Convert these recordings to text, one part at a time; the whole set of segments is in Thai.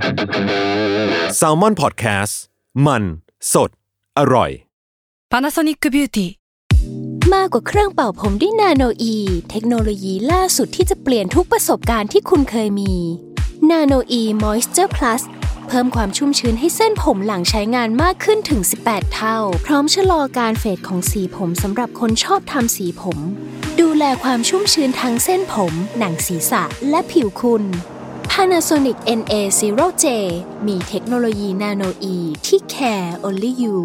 Salmon Podcast มันสดอร่อย Panasonic Beauty มากกว่าเครื่องเป่าผมด้วยนาโนอีเทคโนโลยีล่าสุดที่จะเปลี่ยนทุกประสบการณ์ที่คุณเคยมีนาโนอีมอยส์เจอร์พลัสเพิ่มความชุ่มชื้นให้เส้นผมหลังใช้งานมากขึ้นถึง18เท่าพร้อมชะลอการเฟดของสีผมสำหรับคนชอบทำสีผมดูแลความชุ่มชื้นทั้งเส้นผมหนังศีรษะและผิวคุณ Panasonic NA0J มีเทคโนโลยีนาโนอีที่ care only you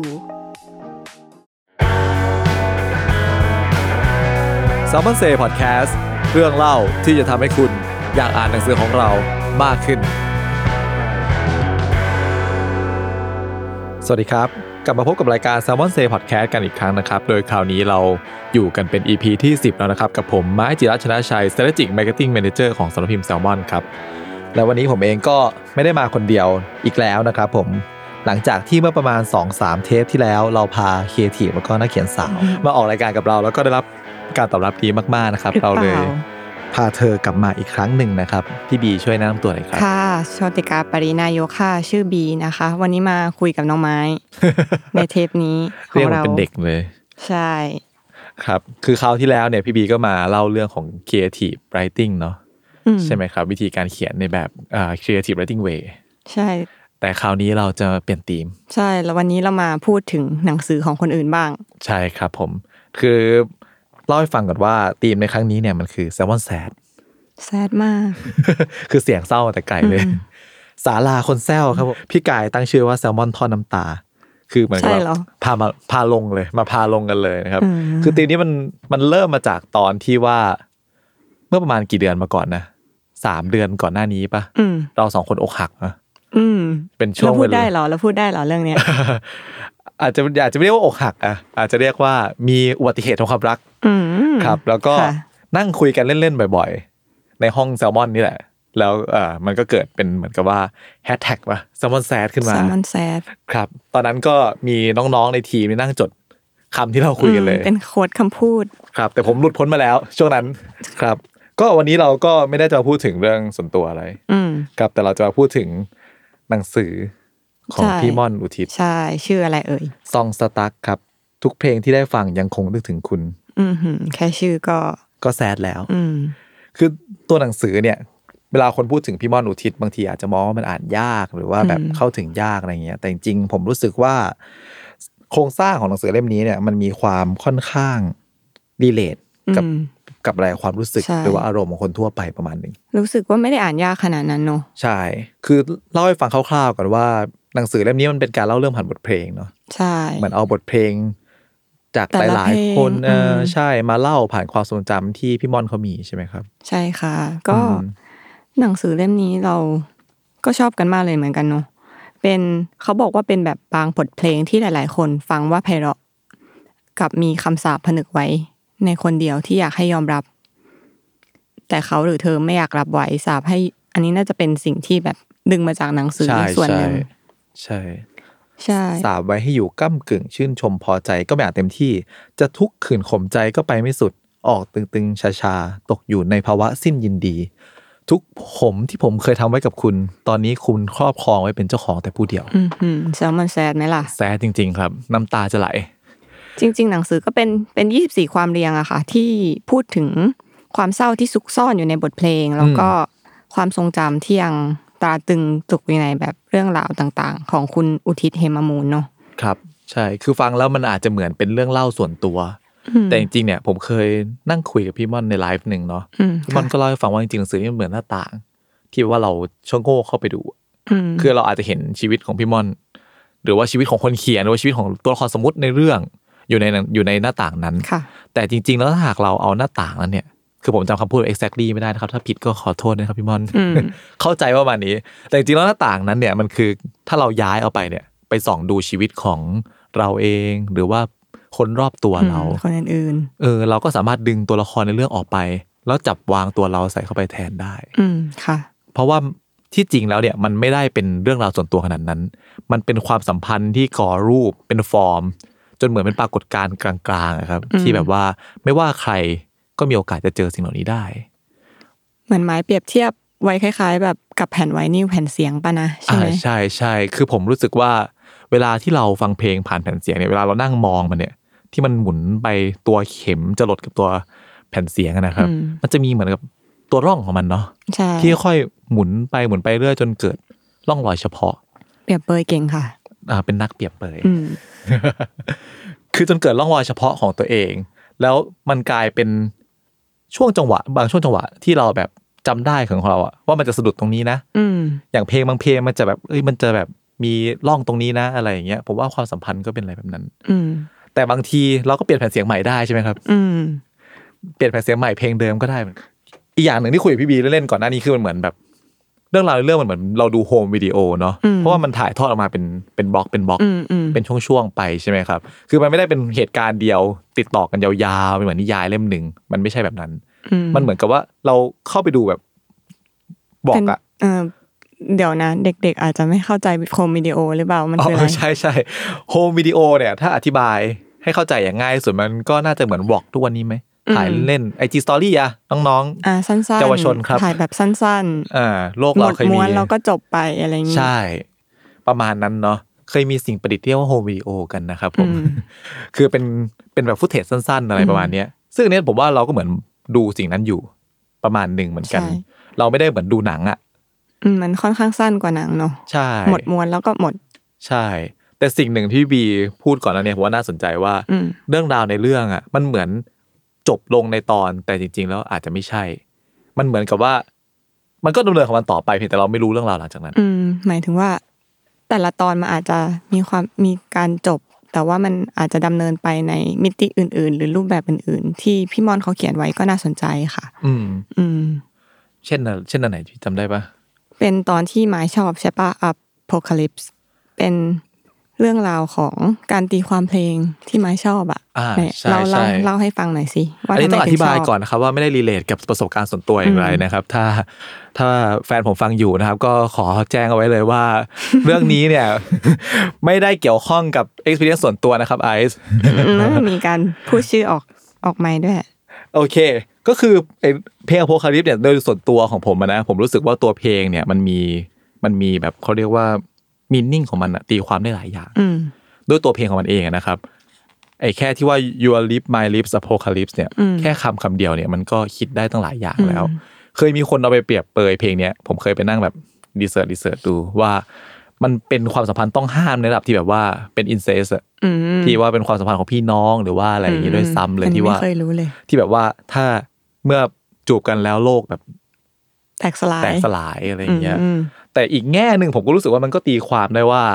Salmon Say Podcast เรื่องเล่าที่จะทำให้คุณอยากอ่านหนังสือของเรามากขึ้นสวัสดีครับกลับมาพบกับรายการ Salmon Say Podcast กันอีกครั้งนะครับโดยคราวนี้เราอยู่กันเป็น EP ที่10แล้วนะครับกับผมไม้จิรัชชนะชัย Strategic Marketing Manager ของสำนักพิมพ์ Salmon ครับและวันนี้ผมเองก็ไม่ได้มาคนเดียวอีกแล้วนะครับผมหลังจากที่เมื่อประมาณ 2-3 เทปที่แล้วเราพาครีเอทีฟแล้วก็นักเขียนสาวมาออกรายการกับเราแล้วก็ได้รับการตอบรับดีมากๆนะครับเราเลยพาเธอกลับมาอีกครั้งหนึ่งนะครับพี่บีช่วยแนะนำตัวหน่อยครับค่ะโชติกาปรินายกค่ะชื่อบีนะคะวันนี้มาคุยกับน้องไม้ ในเทปนี้ของเราเป็นเด็กเลยใช่ครับคือคราวที่แล้วเนี่ยพี่บีก็มาเล่าเรื่องของ creative writing เนาะใช่ไหมครับวิธีการเขียนในแบบcreative writing way ใช่แต่คราวนี้เราจะเปลี่ยนธีมใช่แล้ววันนี้เรามาพูดถึงหนังสือของคนอื่นบ้างใช่ครับผมคือเล่าให้ฟังก่อนว่าธีมในครั้งนี้เนี่ยมันคือ Salmon Sad มากคือเสียงเศร้าแต่ไกลเลยศาลาคนแซวครับพี่กายตั้งชื่อว่า Salmon ทอดน้ำตาคือเหมือนกับพาลงเลยมาพาลงกันเลยนะครับคือธีมนี้มันเริ่มมาจากตอนที่ว่าเมื่อประมาณกี่เดือนมาก่อนนะ3เดือนก่อนหน้านี้ป่ะเรา2คนอกหักนะเป็นช่วงเราพูดได้เหรอเรื่องเนี้ยอาจจะไม่เรียกว่าอกหักอ่ะอาจจะเรียกว่ามีอุบัติเหตุทางความรักครับแล้วก็นั่งคุยกันเล่นๆบ่อยๆในห้องแซลมอนนี่แหละแล้วมันก็เกิดเป็นเหมือนกับว่าแฮชแท็กว่า Salmon Sad ขึ้นมา Salmon Sad ครับตอนนั้นก็มีน้องๆในทีมนั่งจดคำที่เราคุยกันเลยเป็นโค้ดคำพูดครับแต่ผมหลุดพ้นมาแล้วช่วงนั้นครับก็วันนี้เราก็ไม่ได้จะพูดถึงเรื่องส่วนตัวอะไรครับแต่เราจะมาพูดถึงหนังสือของพี่ม่อนอุทิศใช่ชื่ออะไรเอ่ยซองสตั๊กครับทุกเพลงที่ได้ฟังยังคงนึกถึงคุณแค่ชื่อก็แซดแล้วคือตัวหนังสือเนี่ยเวลาคนพูดถึงพี่ม่อนอุทิศบางทีอาจจะมองว่ามันอ่านยากหรือว่าแบบเข้าถึงยากอะไรเงี้ยแต่จริงๆผมรู้สึกว่าโครงสร้างของหนังสือเล่มนี้เนี่ยมันมีความค่อนข้างรีเลทกับอะไรความรู้สึกหรือว่าอารมณ์ของคนทั่วไปประมาณนึงรู้สึกว่าไม่ได้อ่านยากขนาดนั้นเนาะใช่คือเล่าให้ฟังคร่าวๆก่อนว่าหนังสือเล่มนี้มันเป็นการเล่าเรื่องผ่านบทเพลงเนาะใช่เหมือนเอาบทเพลงจากหลายๆคนใช่มาเล่าผ่านความทรงจำที่พี่ม่อนเขามีใช่ไหมครับใช่ค่ะก็หนังสือเล่มนี้เราก็ชอบกันมากเลยเหมือนกันเนาะเป็นเขาบอกว่าเป็นแบบบางบทเพลงที่หลายๆคนฟังว่าไพเราะกับมีคำสาปผนึกไว้ในคนเดียวที่อยากให้ยอมรับแต่เขาหรือเธอไม่อยากรับไว้สาปให้อันนี้น่าจะเป็นสิ่งที่แบบดึงมาจากหนังสือส่วนหนึ่งใช่สาบไว้ให้อยู่ก้ำกึ่งชื่นชมพอใจก็ไม่อาจเต็มที่จะทุกข์ขืนข่มใจก็ไปไม่สุดออกตึงๆชาๆตกอยู่ในภาวะสิ้นยินดีทุกผมที่ผมเคยทำไว้กับคุณตอนนี้คุณครอบครองไว้เป็นเจ้าของแต่ผู้เดียวแซลมอนแซดไหมล่ะแซดจริงๆครับน้ำตาจะไหลจริงๆหนังสือก็เป็น24ความเรียงอะค่ะที่พูดถึงความเศร้าที่ซุกซ่อนอยู่ในบทเพลงแล้วก็ความทรงจำที่ยังตราตึงจุกอยู่ในแบบเรื่องราวต่างๆของคุณอุทิศเหมมูลเนาะครับใช่คือฟังแล้วมันอาจจะเหมือนเป็นเรื่องเล่าส่วนตัวแต่จริงๆเนี่ยผมเคยนั่งคุยกับพี่ม่อนในไลฟ์นึงเนาะพี่ม่อนก็เล่าให้ฟังว่าจริงๆหนังสือนี่มันเหมือนหน้าต่างที่ว่าเราชะโงกเข้าไปดูคือเราอาจจะเห็นชีวิตของพี่ม่อนหรือว่าชีวิตของคนเขียนหรือว่าชีวิตของตัวละครสมมุติในเรื่องอยู่ในหน้าต่างนั้นแต่จริงๆแล้วถ้าหากเราเอาหน้าต่างนั้นเนี่ยคือผมจำคำพูด exactly ไม่ได้นะครับถ้าผิดก็ขอโทษนะครับพี่ม่อน เข้าใจว่ามันนี้แต่จริงๆแล้วหน้าต่างนั้นเนี่ยมันคือถ้าเราย้ายเอาไปเนี่ยไปส่องดูชีวิตของเราเองหรือว่าคนรอบตัวเราคนอื่นเราก็สามารถดึงตัวละครในเรื่องออกไปแล้วจับวางตัวเราใส่เข้าไปแทนได้ค่ะเพราะว่าที่จริงแล้วเนี่ยมันไม่ได้เป็นเรื่องราวส่วนตัวขนาดนั้นมันเป็นความสัมพันธ์ที่ก่อรูปเป็นฟอร์มจนเหมือนเป็นปรากฏการณ์กลางๆครับที่แบบว่าไม่ว่าใครก็มีโอกาสจะเจอสิ่งเหล่านี้ได้เหมือนไม้เปรียบเทียบไว้คล้ายๆแบบกับแผ่นไวนิลแผ่นเสียงป่ะนะใช่ไหมใช่คือผมรู้สึกว่าเวลาที่เราฟังเพลงผ่านแผ่นเสียงเนี่ยเวลาเรานั่งมองมันเนี่ยที่มันหมุนไปตัวเข็มจะหลดกับตัวแผ่นเสียงนะครับมันจะมีเหมือนกับตัวร่องของมันเนาะที่ค่อยหมุนไปเรื่อยจนเกิดร่องรอยเฉพาะเปรียบเปรยเก่งค่ะเป็นนักเปรียบเปรยคือจนเกิดร่องรอยเฉพาะของตัวเองแล้วมันกลายเป็นช่วงจังหวะบางช่วงจังหวะที่เราแบบจำได้ของเราอะว่ามันจะสะดุดตรงนี้นะอย่างเพลงบางเพลงมันจะแบบมันจะแบบมีร่องตรงนี้นะอะไรอย่างเงี้ยผมว่าความสัมพันธ์ก็เป็นอะไรแบบนั้นแต่บางทีเราก็เปลี่ยนแผ่นเสียงใหม่ได้ใช่ไหมครับเปลี่ยนแผ่นเสียงใหม่เพลงเดิมก็ได้อีกอย่างหนึ่งที่คุยกับพี่บีเล่นๆก่อนหน้านี้คือมันเหมือนแบบเรื่องราวเรื่องมันเหมือนเราดูโฮมวิดีโอเนาะเพราะว่ามันถ่ายทอดออกมาเป็นบล็อกเป็นช่วงๆไปใช่ไหมครับคือมันไม่ได้เป็นเหตุการณ์เดียวติดต่อกันยาวๆเป็นเหมือนนิยายเล่มนึงมันไม่ใช่แบบนั้นมันเหมือนกับว่าเราเข้าไปดูแบบบอกอะเดี๋ยวนะเด็กๆอาจจะไม่เข้าใจโฮมวิดีโอหรือเปล่ามันคืออะไรใช่โฮมวิดีโอเนี่ยถ้าอธิบายให้เข้าใจอย่างง่ายสุดมันก็น่าจะเหมือนวล็อกทุกวันนี้ไหมถ่ายเล่น IG Story อ่ะน้องๆสั้นๆเยาวชนครับถ่ายแบบสั้นๆโลกเราเคยมีม้วนแล้วก็จบไปอะไรอย่างงี้ใช่ประมาณนั้นเนาะเคยมีสิ่งประดิษฐ์ที่เรียกว่าโฮมวิดีโอกันนะครับผมคือเป็นแบบฟุตเทจสั้นๆอะไรประมาณนี้ซึ่งอันนี้ผมว่าเราก็เหมือนดูสิ่งนั้นอยู่ประมาณนึงเหมือนกันเราไม่ได้เหมือนดูหนังอ่ะมันค่อนข้างสั้นกว่าหนังเนาะใช่หมดม้วนแล้วก็หมดใช่แต่สิ่งหนึ่งที่บีพูดก่อนแล้วเนี่ยผมว่าน่าสนใจว่าเรื่องราวในเรื่องอ่ะมันเหมือนจบลงในตอนแต่จริงๆแล้วอาจจะไม่ใช่มันเหมือนกับว่ามันก็ดำเนินของมันต่อไปเพียงแต่เราไม่รู้เรื่องราวหลังจากนั้นหมายถึงว่าแต่ละตอนมันอาจจะมีการจบแต่ว่ามันอาจจะดำเนินไปในมิติอื่นๆหรือรูปแบบอื่นๆที่พี่มอนเขาเขียนไว้ก็น่าสนใจค่ะเช่นอันไหนจำได้ปะเป็นตอนที่ไม้ชอบใช่ปะ Apocalypse เป็นเรื่องราวของการตีความเพลงที่ไม้ชอบอ่ะเล่าให้ฟังหน่อยสิว่าทำไมถึงชอบอันนี้ต้องอธิบายก่อนนะครับว่าไม่ได้รีเลทกับประสบการณ์ส่วนตัวอย่างไรนะครับถ้าแฟนผมฟังอยู่นะครับก็ขอแจ้งเอาไว้เลยว่าเรื่องนี้เนี่ยไม่ได้เกี่ยวข้องกับ experience ส่วนตัวนะครับไอซ์มีการพูดชื่อออกไมค์ด้วยโอเคก็คือเพลง Apocalypse เนี่ยโดยส่วนตัวของผมนะผมรู้สึกว่าตัวเพลงเนี่ยมันมีแบบเขาเรียกว่ามีนิ่งของมันตีความได้หลายอย่างด้วยตัวเพลงของมันเองนะครับแค่ที่ว่า Your Lips My Lips Apocalypse เนี่ยแค่คำเดียวเนี่ยมันก็คิดได้ตั้งหลายอย่างแล้วเคยมีคนเอาไปเปรียบเปรยเพลงเนี้ยผมเคยไปนั่งแบบรีเสิร์ชดูว่ามันเป็นความสัมพันธ์ต้องห้ามในระดับที่แบบว่าเป็นอินเซสที่ว่าเป็นความสัมพันธ์ของพี่น้องหรือว่าอะไรอย่างงี้ด้วยซ้ำเลยที่ว่าไม่เคยรู้เลยที่แบบว่าถ้าเมื่อจูบกันแล้วโลกแบบแตกสลายอะไรอย่างเงี้ยแต่อีกแง่นึงผมก็รู้สึกว่ามันก็ตีความได้ว่า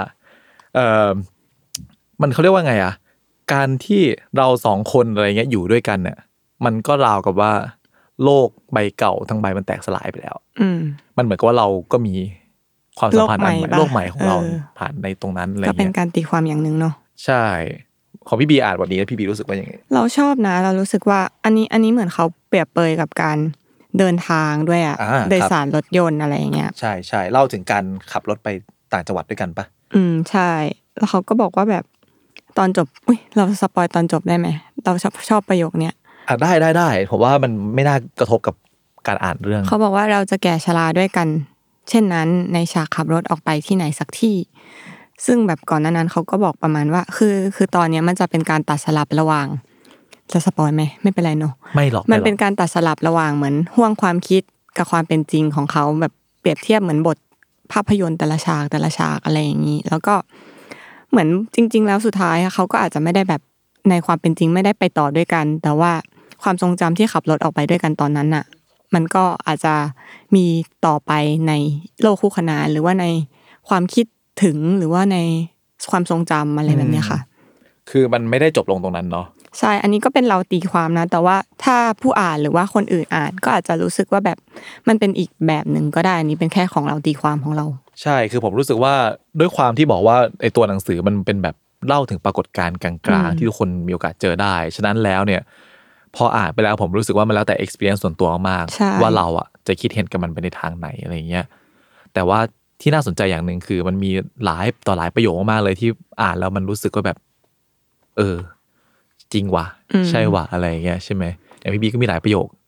มันเขาเรียกว่าไงอ่ะการที่เราสองคนอะไรเงี้ยอยู่ด้วยกันเนี่ยมันก็ราวกับว่าโลกใบเก่าทั้งใบมันแตกสลายไปแล้วมันเหมือนกับว่าเราก็มีความสัมพันธ์โลกใหม่ของเราผ่านในตรงนั้นอะไรเงี้ยก็เป็นการตีความอย่างนึงเนาะใช่ของพี่บีอ่านวันนี้พี่บีรู้สึกว่ายังไงเราชอบนะเรารู้สึกว่าอันนี้เหมือนเขาเปรียบเปรยกับการเดินทางด้วยอ่ะโดยสารรถยนต์อะไรอย่างเงี้ยใช่เล่าถึงการขับรถไปต่างจังหวัดด้วยกันปะใช่แล้วเขาก็บอกว่าแบบตอนจบเราสปอยตอนจบได้ไหมเราชอบประโยคเนี้ยได้ผมว่ามันไม่น่ากระทบกับการอ่านเรื่องเขาบอกว่าเราจะแก่ชราด้วยกันเช่นนั้นในฉากขับรถออกไปที่ไหนสักที่ซึ่งแบบก่อนนั้นเขาก็บอกประมาณว่าคือตอนนี้มันจะเป็นการตัดสลับระหว่างจะสปอยไหมไม่เป็นไรเนาะไม่หรอกมันเป็นการตัดสลับระหว่างเหมือนห่วงความคิดกับความเป็นจริงของเขาแบบเปรียบเทียบเหมือนบทภาพยนตร์แต่ละฉากอะไรอย่างนี้แล้วก็เหมือนจริงๆแล้วสุดท้ายเขาก็อาจจะไม่ได้แบบในความเป็นจริงไม่ได้ไปต่อด้วยกันแต่ว่าความทรงจำที่ขับรถออกไปด้วยกันตอนนั้นน่ะมันก็อาจจะมีต่อไปในโลกคู่ขนานหรือว่าในความคิดถึงหรือว่าในความทรงจำอะไรแบบนี้ค่ะคือมันไม่ได้จบลงตรงนั้นเนาะใช่อันนี้ก็เป็นเราตีความนะแต่ว่าถ้าผู้อ่านหรือว่าคนอื่นอ่านก็อาจจะรู้สึกว่าแบบมันเป็นอีกแบบนึงก็ได้อันนี้เป็นแค่ของเราตีความของเราใช่คือผมรู้สึกว่าด้วยความที่บอกว่าไอ้ตัวหนังสือมันเป็นแบบเล่าถึงปรากฏการณ์กลางๆที่ทุกคนมีโอกาสเจอได้ฉะนั้นแล้วเนี่ยพออ่านไปแล้วผมรู้สึกว่ามันแล้วแต่ experience ส่วนตัวมากว่าเราอ่ะจะคิดเห็นกับมันไปในทางไหนอะไรเงี้ยแต่ว่าที่น่าสนใจอย่างนึงคือมันมีหลายต่อหลายประโยคมากเลยที่อ่านแล้วมันรู้สึกว่าแบบจริงว่ะใช่ว่ะอะไรเงี้ยใช่ไหมอย่างพี่บีก็มีหลายประโยค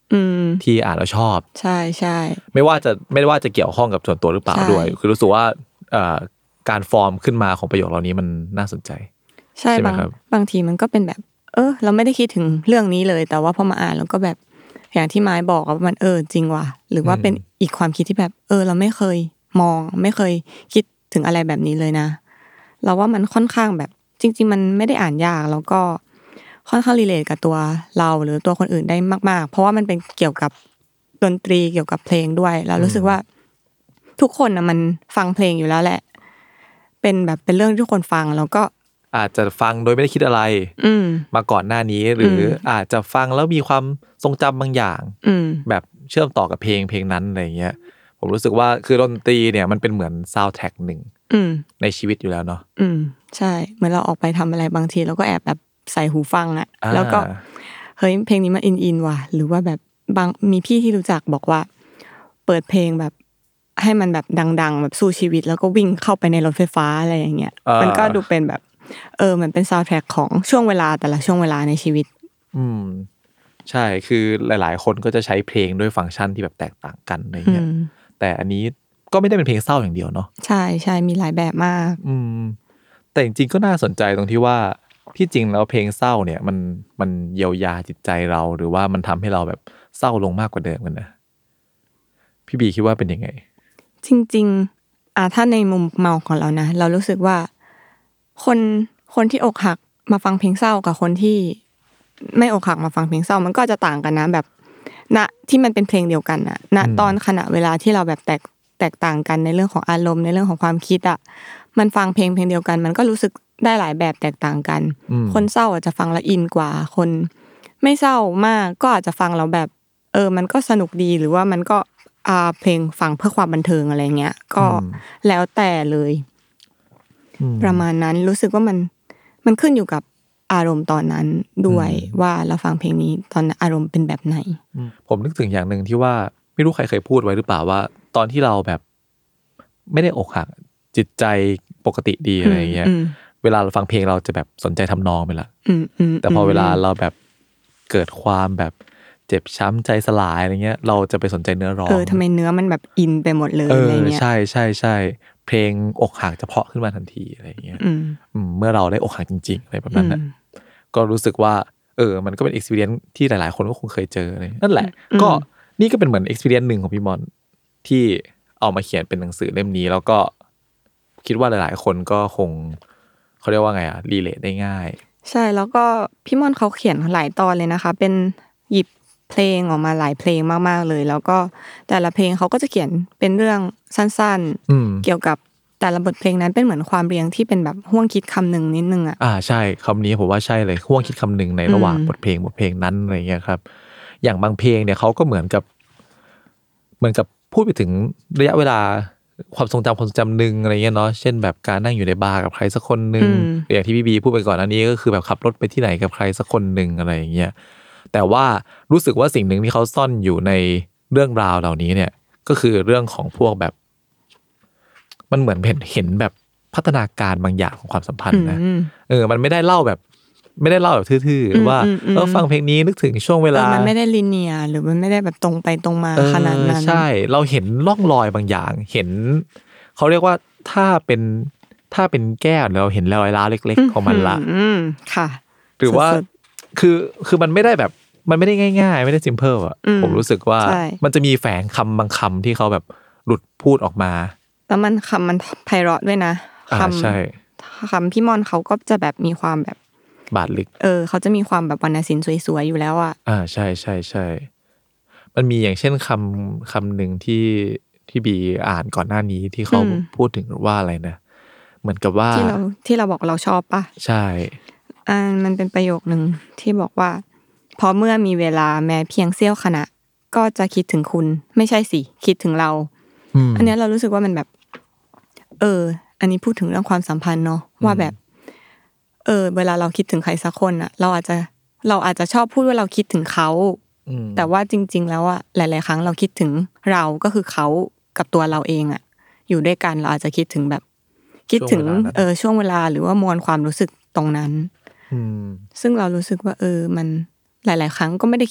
ที่อ่านแล้วชอบใช่ใช่ไม่ว่าจะเกี่ยวข้องกับส่วนตัวหรือเปล่าด้วยคือรู้สึกว่าการฟอร์มขึ้นมาของประโยคเหล่านี้มันน่าสนใจใช่บางทีมันก็เป็นแบบเราไม่ได้คิดถึงเรื่องนี้เลยแต่ว่าพอมาอ่านแล้วก็แบบอย่างที่ไม้บอกว่ามันจริงว่ะหรือว่าเป็นอีกความคิดที่แบบเราไม่เคยมองไม่เคยคิดถึงอะไรแบบนี้เลยนะเราว่ามันค่อนข้างแบบจริงๆมันไม่ได้อ่านยากแล้วก็ค่อนข้างรีเลทกับตัวเราหรือตัวคนอื่นได้มากๆเพราะว่ามันเป็นเกี่ยวกับดนตรีเกี่ยวกับเพลงด้วยเรารู้สึกว่าทุกคนนะมันฟังเพลงอยู่แล้วแหละเป็นเรื่องที่ทุกคนฟังแล้วก็อาจจะฟังโดยไม่ได้คิดอะไรมาก่อนหน้านี้หรืออาจจะฟังแล้วมีความทรงจำบางอย่างแบบเชื่อมต่อกับเพลงนั้นอะไรเงี้ยผมรู้สึกว่าคือดนตรีเนี่ยมันเป็นเหมือนซาวด์แทร็กหนึ่งในชีวิตอยู่แล้วเนาะใช่เหมือนเราออกไปทำอะไรบางทีเราก็แอบแบบใส่หูฟังอ่ะแล้วก็เฮ้ยเพลงนี้มันอินว่ะหรือว่าแบบมีพี่ที่รู้จักบอกว่าเปิดเพลงแบบให้มันแบบดังๆแบบสู้ชีวิตแล้วก็วิ่งเข้าไปในรถไฟฟ้าอะไรอย่างเงี้ยมันก็ดูเป็นแบบเหมือนเป็นซาวด์แทร็กของช่วงเวลาแต่ละช่วงเวลาในชีวิตใช่คือหลายๆคนก็จะใช้เพลงด้วยฟังก์ชันที่แบบแตกต่างกันอะไรเงี้ยแต่อันนี้ก็ไม่ได้เป็นเพลงเศร้าอย่างเดียวเนาะใช่ๆมีหลายแบบมากแต่จริงๆก็น่าสนใจตรงที่ว่าที่จริงแล้วเพลงเศร้าเนี่ยมันเยียวยาจิตใจเราหรือว่ามันทำให้เราแบบเศร้าลงมากกว่าเดิมกันนะพี่บีคิดว่าเป็นยังไงจริงๆถ้าในมุมมองของเรานะเรารู้สึกว่าคนที่อกหักมาฟังเพลงเศร้ากับคนที่ไม่อกหักมาฟังเพลงเศร้ามันก็จะต่างกันนะแบบณที่มันเป็นเพลงเดียวกันน่ะณตอนขณะเวลาที่เราแบบแตกต่างกันในเรื่องของอารมณ์ในเรื่องของความคิดอ่ะมันฟังเพลงเดียวกันมันก็รู้สึกได้หลายแบบแตกต่างกันคนเศร้าอาจจะฟังแล้วอินกว่าคนไม่เศร้ามากก็อาจจะฟังแล้วแบบมันก็สนุกดีหรือว่ามันก็เพลงฟังเพื่อความบันเทิงอะไรเงี้ยก็แล้วแต่เลยประมาณนั้นรู้สึกว่ามันขึ้นอยู่กับอารมณ์ตอนนั้นด้วยว่าเราฟังเพลงนี้ตอนอารมณ์เป็นแบบไหนผมนึกถึงอย่างนึงที่ว่าไม่รู้ใครเคยพูดไว้หรือเปล่าว่าตอนที่เราแบบไม่ได้อกหักจิตใจปกติดีอะไรเงี้ยเวลาเราฟังเพลงเราจะแบบสนใจทำนองไปละแต่พอเวลาเราแบบเกิดความแบบเจ็บช้ำใจสลายอะไรเงี้ยเราจะไปสนใจเนื้อร้องทำไมเนื้อมันแบบอินไปหมดเลยอะไรเงี้ยใช่ใช่ใช่เพลงอกหักจะเพาะขึ้นมาทันทีอะไรเงี้ยเมื่อเราได้อกหักจริงๆอะไรแบบนั้นนะก็รู้สึกว่ามันก็เป็น experience ที่หลายๆคนก็คงเคยเจอเลยนั่นแหละก็นี่ก็เป็นเหมือน experience หนึ่งของพี่มอนที่เอามาเขียนเป็นหนังสือเล่มนี้แล้วก็คิดว่าหลายๆคนก็คงเขาเรียกว่าไงรีเลทได้ง่ายใช่แล้วก็พี่มอนเขาเขียนหลายตอนเลยนะคะเป็นหยิบเพลงออกมาหลายเพลงมากๆเลยแล้วก็แต่ละเพลงเขาก็จะเขียนเป็นเรื่องสั้นๆเกี่ยวกับแต่ละบทเพลงนั้นเป็นเหมือนความเรียงที่เป็นแบบห่วงคิดคำหนึ่งนิดนึงใช่คำนี้ผมว่าใช่เลยห่วงคิดคำหนึ่งในระหว่างบทเพลงนั้นอะไรเงี้ยครับอย่างบางเพลงเนี่ยเขาก็เหมือนกับพูดไปถึงระยะเวลาความทรงจำหนึ่งอะไรเงี้ยเนาะเช่นแบบการนั่งอยู่ในบาร์กับใครสักคนนึงอย่างที่พี่บีพูดไปก่อนอันนี้ก็คือแบบขับรถไปที่ไหนกับใครสักคนนึงอะไรอย่างเงี้ยแต่ว่ารู้สึกว่าสิ่งหนึ่งที่เขาซ่อนอยู่ในเรื่องราวเหล่านี้เนี่ยก็คือเรื่องของพวกแบบมันเหมือนเห็นแบบพัฒนาการบางอย่างของความสัมพันธ์นะมันไม่ได้เล่าแบบทื่อๆว่าฟังเพลงนี้นึกถึงช่วงเวลามันไม่ได้ลิเนียร์หรือมันไม่ได้แบบตรงไปตรงมาขนาดนั้นใช่เราเห็นร่องรอยบางอย่างเห็นเขาเรียกว่าถ้าเป็นแก้วเราเห็นรอยร้าวเล็กๆของมันละค่ะหรือว่าคือมันไม่ได้แบบมันไม่ได้ง่ายๆไม่ได้ซิมเพิลอ่ะผมรู้สึกว่ามันจะมีแฝงคำบางคำที่เขาแบบหลุดพูดออกมาแล้วมันคำมันไพเราะด้วยนะใช่คำพี่มอนเขาก็จะแบบมีความแบบบาดลึกเขาจะมีความแบบวรรณศิลป์สวยๆอยู่แล้วอ่ะใช่ใช่ใช่มันมีอย่างเช่นคำหนึ่งที่บีอ่านก่อนหน้านี้ที่เขาพูดถึงว่าอะไรนะเหมือนกับว่าที่เราบอกเราชอบป่ะใช่มันเป็นประโยคนึงที่บอกว่าพอเมื่อมีเวลาแม้เพียงเสี้ยวขณะก็จะคิดถึงคุณไม่ใช่สิคิดถึงเราอันนี้เรารู้สึกว่ามันแบบอันนี้พูดถึงเรื่องความสัมพันธ์เนาะว่าแบบเวลาเราคิดถึงใครสักคนอ่ะเราอาจจะชอบพูดว่าเราคิดถึงเขาแต่ว่าจริงๆแล้วอ่ะหลายๆครั้งเราคิดถึงเราก็คือเขากับตัวเราเองอ่ะอยู่ด้วยกันเราอาจจะคิดถึงแบบคิดถึงช่วงเวลาหรือว่ามวลความรู้สึกตรงนั้นซึ่งเรารู้สึกว่ามันหลายๆครั้งก็ไม่ได้คิด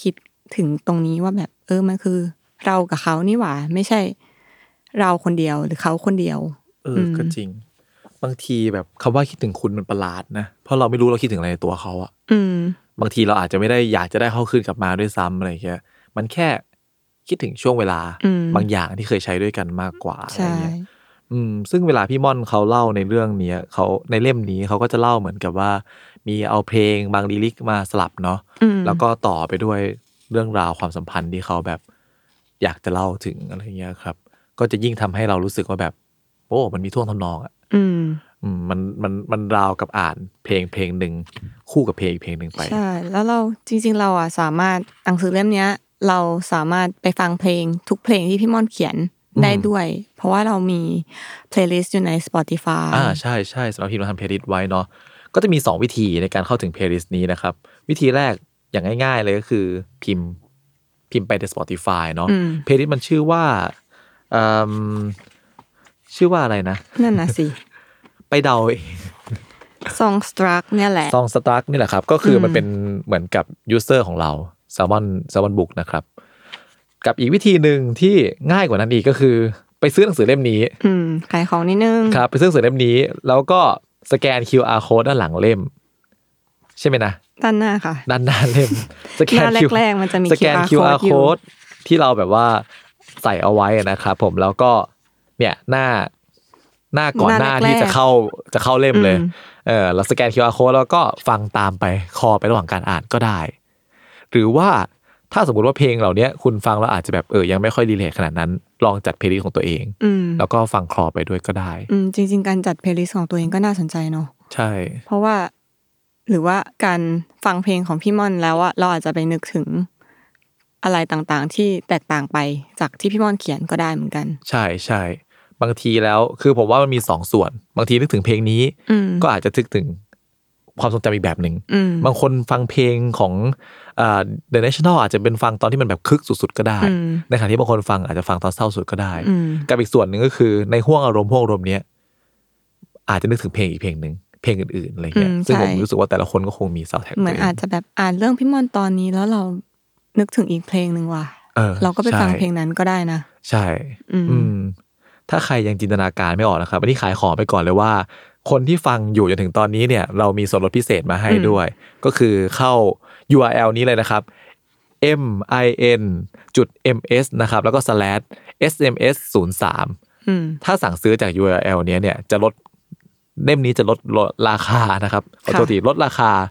ถึงตรงนี้ว่าแบบมันคือเรากับเขานี่หว่าไม่ใช่เราคนเดียวหรือเขาคนเดียวก็จริงบางทีแบบคำว่าคิดถึงคุณมันประหลาดนะเพราะเราไม่รู้เราคิดถึงอะไรในตัวเขาอะบางทีเราอาจจะไม่ได้อยากจะได้เขาคืนกลับมาด้วยซ้ำอะไรเงี้ยมันแค่คิดถึงช่วงเวลาบางอย่างที่เคยใช้ด้วยกันมากกว่าอะไรเงี้ยซึ่งเวลาพี่ม่อนเขาเล่าในเรื่องนี้เขาในเล่มนี้เขาก็จะเล่าเหมือนกับว่ามีเอาเพลงบางลิลิกมาสลับเนาะแล้วก็ต่อไปด้วยเรื่องราวความสัมพันธ์ที่เขาแบบอยากจะเล่าถึงอะไรเงี้ยครับก็จะยิ่งทำให้เรารู้สึกว่าแบบโอ้มันมีท่วงทำนองอ่ะมันราวกับอ่านเพลงหนึ่งคู่กับเพลงอีกเพลงหนึ่งไปใช่แล้วเราจริงๆเราอ่ะสามารถหนังสือเล่มนี้เราสามารถไปฟังเพลงทุกเพลงที่พี่ม่อนเขียนได้ด้วยเพราะว่าเรามีเพลย์ลิสต์อยู่ใน Spotify ใช่ๆสำหรับพี่เราทำเพลย์ลิสต์ไว้เนาะก็จะมี2วิธีในการเข้าถึงเพลย์ลิสต์นี้นะครับวิธีแรกอย่างง่ายๆเลยก็คือพิมพ์ไปใน Spotify เนาะเพลย์ลิสต์มันชื่อว่าอะไรนะนั่นน่ะสิไปเดา Songstruck เนี่ยแหละ Songstruck นี่แหละครับก็คือมันเป็นเหมือนกับยูสเซอร์ของเรา Salmon Book นะครับกับอีกวิธีหนึ่งที่ง่ายกว่านั้นอีกก็คือไปซื้อหนังสือเล่มนี้ขายของนิดนึงครับไปซื้อหนังสือเล่มนี้แล้วก็สแกน QR code ด้านหลังเล่มใช่ไหมนะด้านหน้าค่ะด้านหน้าเล่มสแกนแรกๆมันจะมี QR code ที่เราแบบว่าใส่เอาไว้นะครับผมแล้วก็เนี่ยหน้าก่อนหน้าที่จะเข้าเล่มเลยเราสแกน QR code แล้วก็ฟังตามไปคอไประหว่างการอ่านก็ได้หรือว่าถ้าสมมุติว่าเพลงเหล่านี้คุณฟังแล้วอาจจะแบบยังไม่ค่อยรีเลทขนาดนั้นลองจัดเพลย์ลิสต์ของตัวเองแล้วก็ฟังคลอไปด้วยก็ได้จริงๆการจัดเพลย์ลิสต์ของตัวเองก็น่าสนใจเนาะใช่เพราะว่าหรือว่าการฟังเพลงของพี่ม่อนแล้วอะเราอาจจะไปนึกถึงอะไรต่างๆที่แตกต่างไปจากที่พี่ม่อนเขียนก็ได้เหมือนกันใช่บางทีแล้วคือผมว่ามันมี2ส่วนบางทีนึกถึงเพลงนี้ก็อาจจะนึกถึงความทรงจำอีกแบบนึงบางคนฟังเพลงของThe National อาจจะเป็นฟังตอนที่มันแบบคึกสุดๆก็ได้ในขณะที่บางคนฟังอาจจะฟังตอนเศร้าสุดก็ได้กับอีกส่วนนึงก็คือในห้วงอารมณ์เนี้ยอาจจะนึกถึงเพลงอีกเพลงนึงเพลงอื่นๆอะไรเงี้ยซึ่งผมรู้สึกว่าแต่ละคนก็คงมีซาวด์แทร็กเหมือนอาจจะแบบอ่านเรื่องพี่ม่อนตอนนี้แล้วเรานึกถึงอีกเพลงนึงว่ะเราก็ไปฟังเพลงนั้นก็ได้นะใช่ถ้าใครยังจินตนาการไม่ออกนะครับอันนี้ขายของไปก่อนเลยว่าคนที่ฟังอยู่จนถึงตอนนี้เนี่ยเรามีส่วนลดพิเศษมาให้ด้วยก็คือเข้า URL นี้เลยนะครับ min.ms นะครับแล้วก็ /sms03 ถ้าสั่งซื้อจาก URL เนี่ยจะลดเล่มนี้จะลดราคานะครับขอโทษทีลดราคา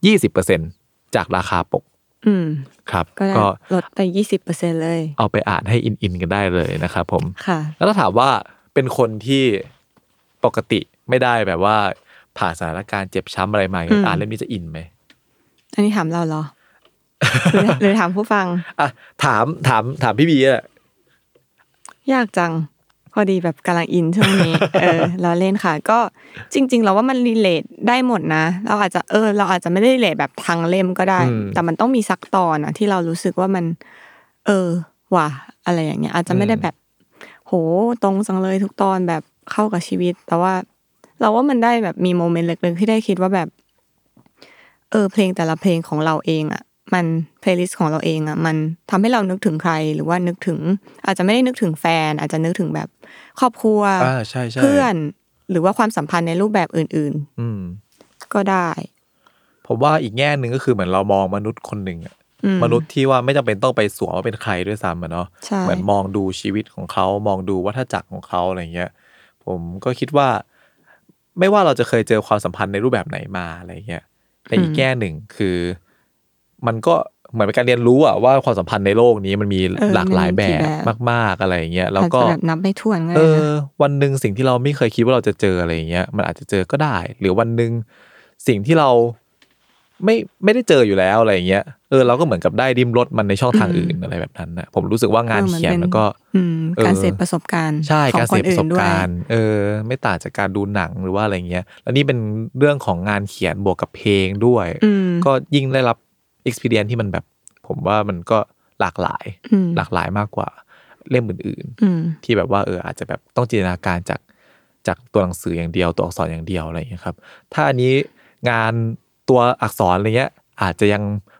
20% จากราคาปกครับก็ลดไป 20% เลยเอาไปอ่านให้อินกันได้เลยนะครับผมค่ะแล้วถ้าถามว่าเป็นคนที่ปกติไม่ได้แบบว่าผ่านสถานการณ์เจ็บช้ำอะไรมาอ่านเล่มนี้จะอินไหมอันนี้ถามเราเหรอ หรือถามผู้ฟังถามพี่บีอ่ะยากจังพอดีแบบกำลังอินช่วงนี้เราเล่นค่ะก็จริงๆเราว่ามันรีเลทได้หมดนะเราอาจจะไม่ได้รีเลทแบบทางเล่มก็ได้แต่มันต้องมีสักตอนนะที่เรารู้สึกว่ามันว่ะอะไรอย่างเงี้ยอาจจะไม่ได้แบบโหตรงจังเลยทุกตอนแบบเข้ากับชีวิตแต่ว่าเราว่ามันได้แบบมีโมเมนต์เล็กๆที่ได้คิดว่าแบบเพลงแต่ละเพลงของเราเองอ่ะมันเพลย์ลิสต์ของเราเองอ่ะมันทำให้เรานึกถึงใครหรือว่านึกถึงอาจจะไม่ได้นึกถึงแฟนอาจจะนึกถึงแบบครอบครัวเพื่อนหรือว่าความสัมพันธ์ในรูปแบบอื่นๆก็ได้ผมว่าอีกแง่นึงก็คือเหมือนเรามองมนุษย์คนหนึ่งมนุษย์ที่ว่าไม่จำเป็นต้องไปสวมว่าเป็นใครด้วยซ้ำเนาะเหมือนมองดูชีวิตของเขามองดูวัฏจักรของเขาอะไรเงี้ยผมก็คิดว่าไม่ว่าเราจะเคยเจอความสัมพันธ์ในรูปแบบไหนมาอะไรเงี้ยแต่อีกแง่หนึ่งคือมันก็เหมือนเป็นการเรียนรู้อะว่าความสัมพันธ์ในโลกนี้มันมีหลากหลายแบบมากๆอะไรเงี้ยแล้วก็แบบนับไม่ถ้วนเลยวันนึงสิ่งที่เราไม่เคยคิดว่าเราจะเจออะไรเงี้ยมันอาจจะเจอก็ได้หรือวันนึงสิ่งที่เราไม่ได้เจออยู่แล้วอะไรเงี้ยเราก็เหมือนกับได้ริมรสมันในช่องทางอื่นอะไรแบบนั้นนะผมรู้สึกว่างานเขียนมันก็การเสพประสบการณ์ใช่การเสพประสบการณ์ไม่ต่างจากการดูหนังหรือว่าอะไรเงี้ยแล้วนี่เป็นเรื่องของงานเขียนบวกกับเพลงด้วยก็ยิ่งได้รับ experience ที่มันแบบผมว่ามันก็หลากหลายมากกว่าเล่มอื่นๆที่แบบว่าอาจจะแบบต้องจินตนาการจากตัวหนังสืออย่างเดียวตัวอักษรอย่างเดียวอะไรอย่างเงี้ยครับถ้าอันนี้งานตัวอักษรอะไรเงี้ยอาจจะยัง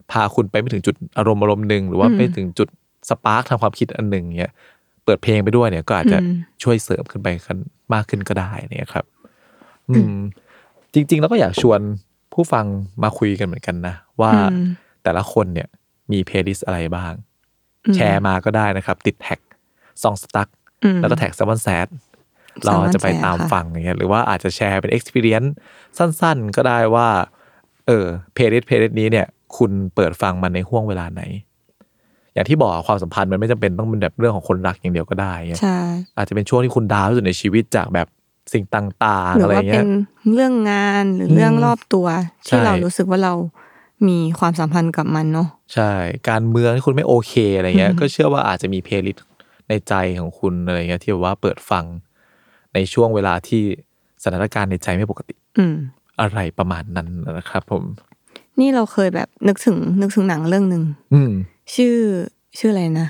พาคุณไปไม่ถึงจุดอารมณ์นึงหรือว่าไปถึงจุดสปาร์คทางความคิดอันนึงเงี้ยเปิดเพลงไปด้วยเนี่ยก็อาจจะช่วยเสริมขึ้นไปมากขึ้นก็ได้เนี่ยครับจริงๆแล้วก็อยากชวนผู้ฟังมาคุยกันเหมือนกันนะว่าแต่ละคนเนี่ยมีเพลย์ลิสต์อะไรบ้างแชร์มาก็ได้นะครับติดแท็กซองสตั๊กแล้วก็แท็กซัมวันแซดเราจะไปตามฟังอย่างเงี้ยหรือว่าอาจจะแชร์เป็น experience สั้นๆก็ได้ว่าเพลย์ลิสต์นี้เนี่ยคุณเปิดฟังมันในห่วงเวลาไหนอย่างที่บอกความสัมพันธ์มันไม่จำเป็นต้องเป็นแบบเรื่องของคนรักอย่างเดียวก็ได้ใช่อาจจะเป็นช่วงที่คุณดาวน์ที่สุดในชีวิตจากแบบสิ่งต่างๆอะไรเงี้ยหรือว่าเป็นเรื่องงานหรือเรื่องรอบตัวที่เรารู้สึกว่าเรามีความสัมพันธ์กับมันเนาะใช่การเมืองที่คุณไม่โอเคอะไรเงี้ยก็เชื่อว่าอาจจะมีเพลย์ลิสต์ในใจของคุณอะไรเงี้ยที่ว่าเปิดฟังในช่วงเวลาที่สถานการณ์ในใจไม่ปกติอะไรประมาณนั้นนะครับผมนี่เราเคยแบบนึกถึงหนังเรื่องนึงชื่ออะไรนะ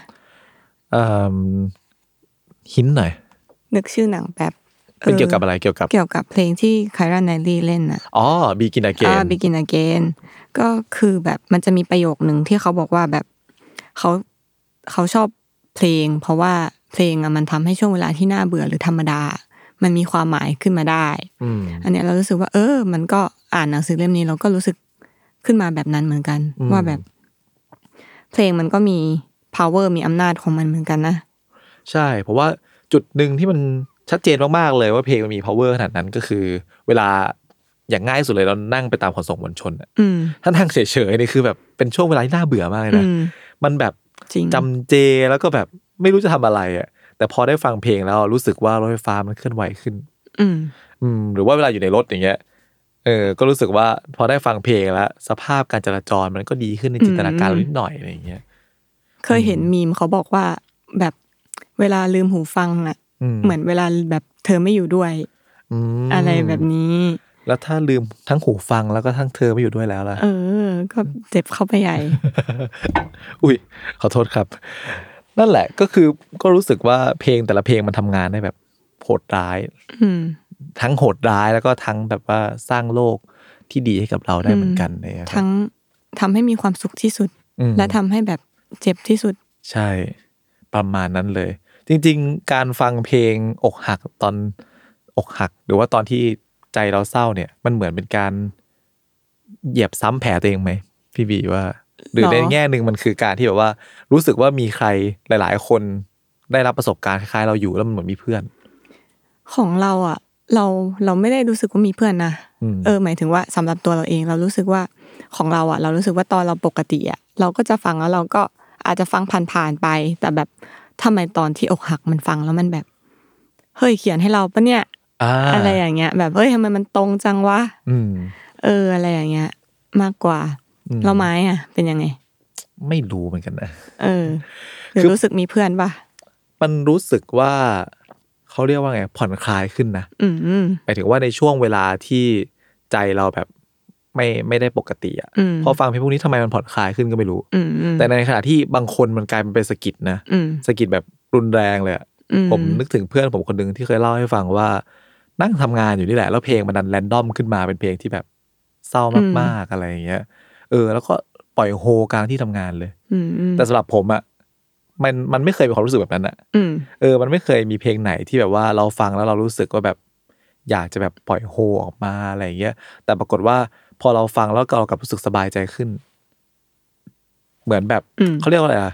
หินหน่อยนึกชื่อหนังแบบเป็นเกี่ยวกับอะไรเกี่ยวกับเพลงที่ไคราไนลี่เล่นน่ะ Begin Again Begin Again ก็คือแบบมันจะมีประโยคนึงที่เขาบอกว่าแบบเขาชอบเพลงเพราะว่าเพลงมันทำให้ช่วงเวลาที่น่าเบื่อหรือธรรมดามันมีความหมายขึ้นมาได้อันนี้เรารู้สึกว่ามันก็อ่านหนังสือเล่มนี้เราก็รู้สึกขึ้นมาแบบนั้นเหมือนกันว่าแบบเพลงมันก็มี power มีอำนาจของมันเหมือนกันนะใช่เพราะว่าจุดหนึ่งที่มันชัดเจนมากๆเลยว่าเพลงมันมี power ขนาดนั้นก็คือเวลาอย่างง่ายสุดเลยเรานั่งไปตามขนส่งมวลชนถ้านั่งเฉยๆนี่คือแบบเป็นช่วงเวลาที่น่าเบื่อมากเลยนะมันแบบจำเจแล้วก็แบบไม่รู้จะทำอะไรอ่ะแต่พอได้ฟังเพลงแล้วรู้สึกว่ารถไฟฟ้ามันเคลื่อนไหวขึ้นหรือว่าเวลาอยู่ในรถอย่างเงี้ยก็รู้สึกว่าพอได้ฟังเพลงแล้วสภาพการจราจรมันก็ดีขึ้นในจินตนาการนิดหน่อยอะไรอย่างเงี้ยเคยเห็นมีมเขาบอกว่าแบบเวลาลืมหูฟังน่ะเหมือนเวลาแบบเธอไม่อยู่ด้วยอะไรแบบนี้แล้วถ้าลืมทั้งหูฟังแล้วก็ทั้งเธอไม่อยู่ด้วยแล้วล่ะก็เจ็บเข้าไปใหญ่อุ๊ยขอโทษครับนั่นแหละก็คือก็รู้สึกว่าเพลงแต่ละเพลงมันทำงานได้แบบโหดร้ายทั้งโหดร้ายแล้วก็ทั้งแบบว่าสร้างโลกที่ดีให้กับเราได้เหมือนกันเลยทั้งทำให้มีความสุขที่สุดและทำให้แบบเจ็บที่สุดใช่ประมาณนั้นเลยจริงๆการฟังเพลงอกหักตอนอกหักหรือว่าตอนที่ใจเราเศร้าเนี่ยมันเหมือนเป็นการเหยียบซ้ำแผลตัวเองไหมพี่บีว่าหรือในแง่นึงมันคือการที่แบบว่ารู้สึกว่ามีใครหลายๆคนได้รับประสบการณ์คล้ายๆเราอยู่แล้วมันเหมือนมีเพื่อนของเราอ่ะเราไม่ได้รู้สึกว่ามีเพื่อนนะหมายถึงว่าสำหรับตัวเราเองเรารู้สึกว่าของเราอ่ะเรารู้สึกว่าตอนเราปกติอ่ะเราก็จะฟังแล้วเราก็อาจจะฟังผ่านๆไปแต่แบบทำไมตอนที่อกหักมันฟังแล้วมันแบบเฮ้ยเขียนให้เราปะเนี่ยอะไรอย่างเงี้ยแบบเฮ้ยทำไมมันตรงจังวะอะไรอย่างเงี้ยมากกว่าเราไม้อ่ะเป็นยังไงไม่รู้เหมือนกันนะหรือรู้สึกมีเพื่อนปะมันรู้สึกว่าเขาเรียกว่าไงผ่อนคลายขึ้นนะหมายถึงว่าในช่วงเวลาที่ใจเราแบบไม่ได้ปกติอ่ะพอฟังเพลงพวกนี้ทำไมมันผ่อนคลายขึ้นก็ไม่รู้แต่ในขณะที่บางคนมันกลายเป็นสะกิดนะสะกิดแบบรุนแรงเลยผมนึกถึงเพื่อนผมคนนึงที่เคยเล่าให้ฟังว่านั่งทำงานอยู่นี่แหละแล้วเพลงมันดันแรนดอมขึ้นมาเป็นเพลงที่แบบเศร้ามากๆอะไรอย่างเงี้ยแล้วก็ปล่อยโฮกลางที่ทำงานเลยแต่สำหรับผมอ่ะมันไม่เคยมีความรู้สึกแบบนั้นอ่ะมันไม่เคยมีเพลงไหนที่แบบว่าเราฟังแล้วเรารู้สึกว่าแบบอยากจะแบบปล่อยโฮออกมาอะไรอย่างเงี้ยแต่ปรากฏว่าพอเราฟังแล้วเรากลับรู้สึกสบายใจขึ้นเหมือนแบบเขาเรียกว่าอะไรอ่ะ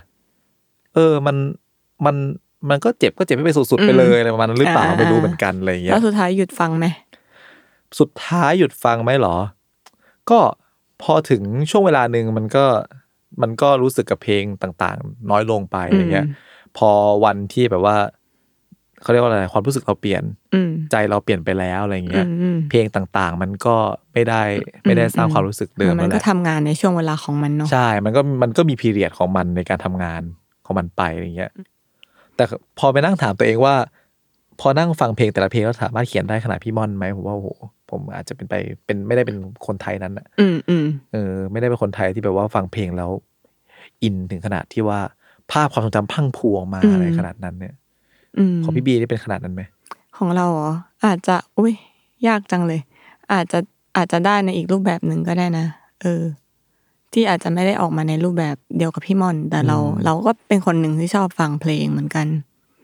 มันก็เจ็บไม่ไปสุดๆไปเลยอะไรประมาณนั้นหรือเปล่าไม่รู้เหมือนกันอะไรอย่างเงี้ยแล้วสุดท้ายหยุดฟังไหมสุดท้ายหยุดฟังไหมหรอก็พอถึงช่วงเวลานึงมันก็รู้สึกกับเพลงต่างๆน้อยลงไปอะไรเงี้ยพอวันที่แบบว่าเขาเรียกว่าอะไรความรู้สึกเราเปลี่ยนใจเราเปลี่ยนไปแล้วอะไรเงี้ยเพลงต่างๆมันก็ไม่ได้สร้างความรู้สึกเดิมแล้วแหละมันก็ทำงานในช่วงเวลาของมันเนาะใช่มันก็มีพีเรียดของมันในการทำงานของมันไปอะไรเงี้ยแต่พอไปนั่งถามตัวเองว่าพอนั่งฟังเพลงแต่ละเพลงแล้วสามารถเขียนได้ขนาดพี่ม่อนไหมผมว่าโอ้โหผมอาจจะเป็นไม่ได้เป็นคนไทยนั้นอ่ะไม่ได้เป็นคนไทยที่แบบว่าฟังเพลงแล้วอินถึงขนาดที่ว่าภาพความทรงจำพังพูออกมาอะไรขนาดนั้นเนี่ยของพี่บีนี่เป็นขนาดนั้นไหมของเราเหรออาจจะยากจังเลยอาจจะได้ในอีกรูปแบบหนึ่งก็ได้นะที่อาจจะไม่ได้ออกมาในรูปแบบเดียวกับพี่ม่อนแต่เราก็เป็นคนหนึ่งที่ชอบฟังเพลงเหมือนกัน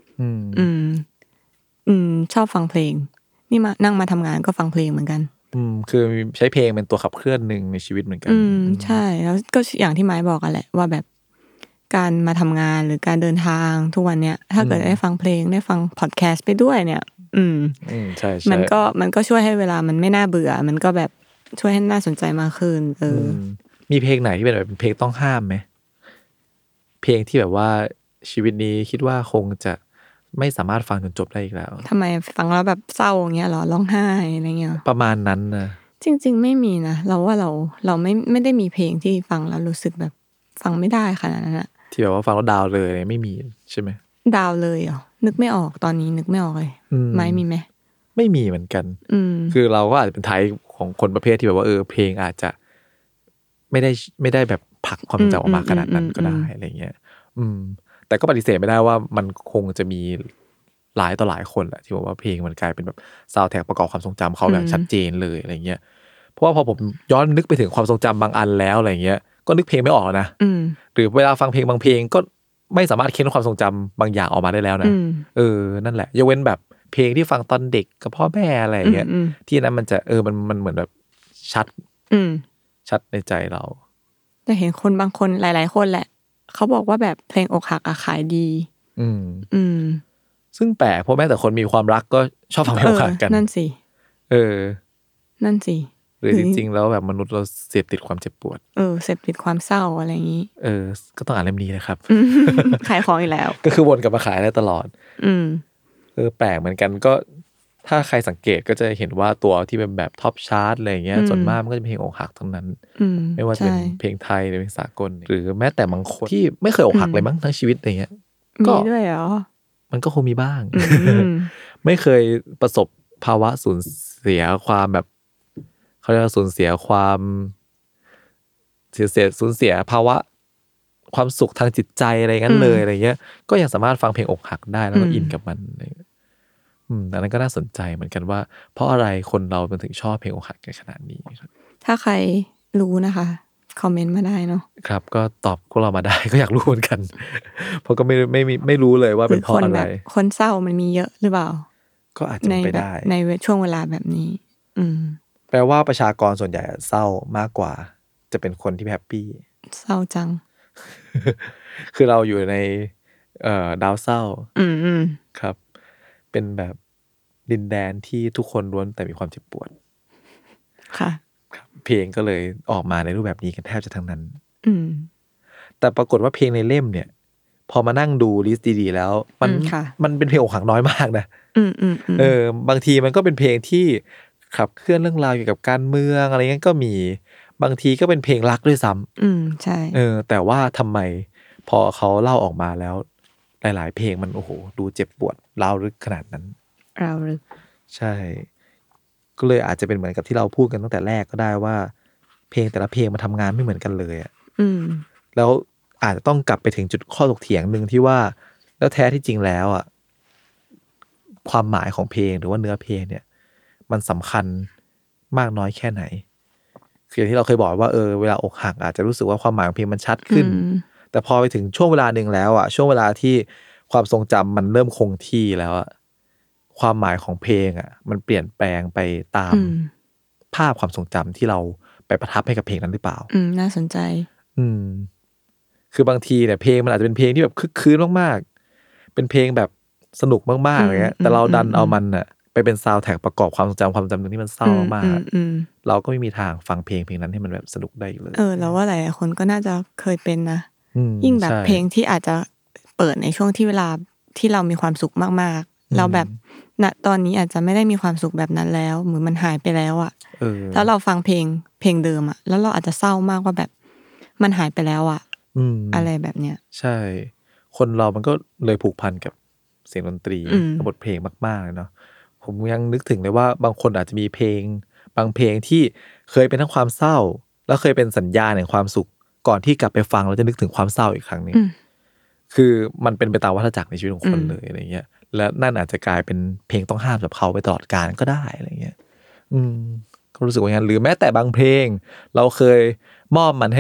ชอบฟังเพลงนี่มานั่งมาทำงานก็ฟังเพลงเหมือนกันคือใช้เพลงเป็นตัวขับเคลื่อนหนึ่งในชีวิตเหมือนกันใช่แล้วก็อย่างที่ไม้บอกกันแหละว่าแบบการมาทำงานหรือการเดินทางทุกวันเนี้ยถ้าเกิดได้ฟังเพลงได้ฟังพอดแคสต์ไปด้วยเนี่ยใช่มันก็ช่วยให้เวลามันไม่น่าเบื่อมันก็แบบช่วยให้น่าสนใจมากขึ้นมีเพลงไหนที่เป็นแบบเพลงต้องห้ามไหมเพลงที่แบบว่าชีวิตนี้คิดว่าคงจะไม่สามารถฟังจนจบได้อีกแล้วทำไมฟังแล้วแบบเศร้าอย่างเงี้ยหรอร้องไห้อะไรเงี้ยประมาณนั้นนะจริงๆไม่มีนะเราว่าเราไม่ได้มีเพลงที่ฟังแล้วรู้สึกแบบฟังไม่ได้ขนาดนั้นอะที่แบบว่าฟังแล้วดาวเลยไม่มีใช่ไหมดาวเลยเหรอนึกไม่ออกตอนนี้นึกไม่ออกเลยไม่มีไหมไม่มีเหมือนกันคือเราก็อาจจะเป็นไทป์ของคนประเภทที่แบบว่าเพลงอาจจะไม่ได้แบบผลักความจำออกมาขนาดนั้นก็ได้อะไรเงี้ยแต่ก็ปฏิเสธไม่ได้ว่ามันคงจะมีหลายต่อหลายคนแหละที่บอกว่าเพลงมันกลายเป็นแบบซาวด์แทร็กประกอบความทรงจำเขาแบบชัดเจนเลยอะไรเงี้ยเพราะว่าพอผมย้อนนึกไปถึงความทรงจำบางอันแล้วอะไรเงี้ยก็นึกเพลงไม่ออกนะหรือเวลาฟังเพลงบางเพลงก็ไม่สามารถเค้นความทรงจำบางอย่างออกมาได้แล้วนะนั่นแหละยกเว้นแบบเพลงที่ฟังตอนเด็กกับพ่อแม่อะไรเงี้ยที่นั้นมันจะมันเหมือนแบบชัดในใจเราแต่เห็นคนบางคนหลายๆคนแหละเขาบอกว่าแบบเพลงอกหักขายดีซึ่งแปลกเพราะแม้แต่คนมีความรักก็ชอบฟังเพลงอกหักกันนั่นสินั่นสิหรือจริงๆแล้วแบบมนุษย์เราเสพติดความเจ็บปวดเสพติดความเศร้าอะไรอย่างนี้ก็ต้องอ่านเล่มนี้นะครับขายของอีกแล้วก็คือวนกลับมาขายได้ตลอดแปลกเหมือนกันก็ถ้าใครสังเกตก็จะเห็นว่าตัวที่เป็นแบบท็อปชาร์ตอะไรอย่างเงี้ยส่วนมากมันก็จะเป็นเพลงอกหักทั้งนั้นไม่ว่าจะเป็นเพลงไทยหรือเพลงสากลหรือแม้แต่บางคนที่ไม่เคยอกหักเลยมั้งทั้งชีวิตอะไรเงี้ยก็มีด้วยเหรอมันก็คงมีบ้างไม่เคยประสบภาวะสูญเสียความแบบเขาเรียกว่าสูญเสียความสูญเสียภาวะความสุขทางจิตใจอะไรงั้นเลยอะไรเงี้ยก็ยังสามารถฟังเพลงอกหักได้แล้วก็อินกับมันอันนั้นก็น่าสนใจเหมือนกันว่าเพราะอะไรคนเราถึงชอบเพลงอกหักกันขนาดนี้ครับถ้าใครรู้นะคะคอมเมนต์มาได้เนาะครับก็ตอบพวกเรามาได้ก็อยากรู้เหมือนกันเพราะก็ไม่รู้เลยว่าเป็นเพราะอะไรคนเศร้ามันมีเยอะหรือเปล่าก็อาจจะไปได้ในช่วงเวลาแบบนี้แปลว่าประชากรส่วนใหญ่เศร้ามากกว่าจะเป็นคนที่แฮปปี้เศร้าจังคือเราอยู่ในดาวเศร้าครับเป็นแบบดินแดนที่ทุกคนล้วนแต่มีความเจ็บปวดค่ะเพลงก็เลยออกมาในรูปแบบนี้กันแทบจะทั้งนั้นแต่ปรากฏว่าเพลงในเล่มเนี่ยพอมานั่งดูลิสต์ดีๆแล้วมันเป็นเพลงอกหักน้อยมากนะบางทีมันก็เป็นเพลงที่ขับเคลื่อนเรื่องราวเกี่ยวกับการเมืองอะไรเงี้ยก็มีบางทีก็เป็นเพลงรักด้วยซ้ำใช่แต่ว่าทำไมพอเขาเล่าออกมาแล้วหลายๆเพลงมันโอ้โหดูเจ็บปวดร้าวลึกขนาดนั้นร้าวลึกใช่ก็เลยอาจจะเป็นเหมือนกับที่เราพูดกันตั้งแต่แรกก็ได้ว่าเพลงแต่ละเพลงมันทำงานไม่เหมือนกันเลยอ่ะแล้วอาจจะต้องกลับไปถึงจุดข้อถกเถียงนึงที่ว่าแล้วแท้ที่จริงแล้วอ่ะความหมายของเพลงหรือว่าเนื้อเพลงเนี่ยมันสำคัญมากน้อยแค่ไหนคืออย่างที่เราเคยบอกว่าเวลาอกหักอาจจะรู้สึกว่าความหมายของเพลงมันชัดขึ้นแต่พอไปถึงช่วงเวลานึงแล้วอ่ะช่วงเวลาที่ความทรงจำมันเริ่มคงที่แล้วอ่ะความหมายของเพลงอ่ะมันเปลี่ยนแปลงไปตามภาพความทรงจำที่เราไปประทับให้กับเพลงนั้นหรือเปล่าน่าสนใจคือบางทีเนี่ยเพลงมันอาจจะเป็นเพลงที่แบบคึกคืนมากๆเป็นเพลงแบบสนุกมากๆอย่างเงี้ยแต่เราดันเอามันอ่ะไปเป็นซาวด์แทร็กประกอบความทรงจำนึงที่มันเศร้ามากเราก็ไม่มีทางฟังเพลงนั้นให้มันแบบสนุกได้เลยแล้วว่าหลายคนก็น่าจะเคยเป็นนะยิ่งแบบเพลงที่อาจจะเปิดในช่วงที่เวลาที่เรามีความสุขมากๆเราแบบณตอนนี้อาจจะไม่ได้มีความสุขแบบนั้นแล้วเหมือนมันหายไปแล้วอ่ะแล้วเราฟังเพลงเดิมอ่ะแล้วเราอาจจะเศร้ามากว่าแบบมันหายไปแล้วอ่ะอะไรแบบเนี้ยใช่คนเรามันก็เลยผูกพันกับเสียงดนตรีกับบทเพลงมากๆเนาะผมยังนึกถึงเลยว่าบางคนอาจจะมีเพลงบางเพลงที่เคยเป็นทั้งความเศร้าแล้วเคยเป็นสัญญาณแห่งความสุขก่อนที่กลับไปฟังแล้วจะนึกถึงความเศร้าอีกครั้งนึงคือมันเป็นไปตามวัฏจักรในชีวิตของคนเลยอะไรเงี้ยและนั่นอาจจะกลายเป็นเพลงต้องห้ามกับเขาไปตลอดกาลก็ได้อะไรเงี้ยก็รู้สึกว่างั้นหรือแม้แต่บางเพลงเราเคยมอบมันให้กับ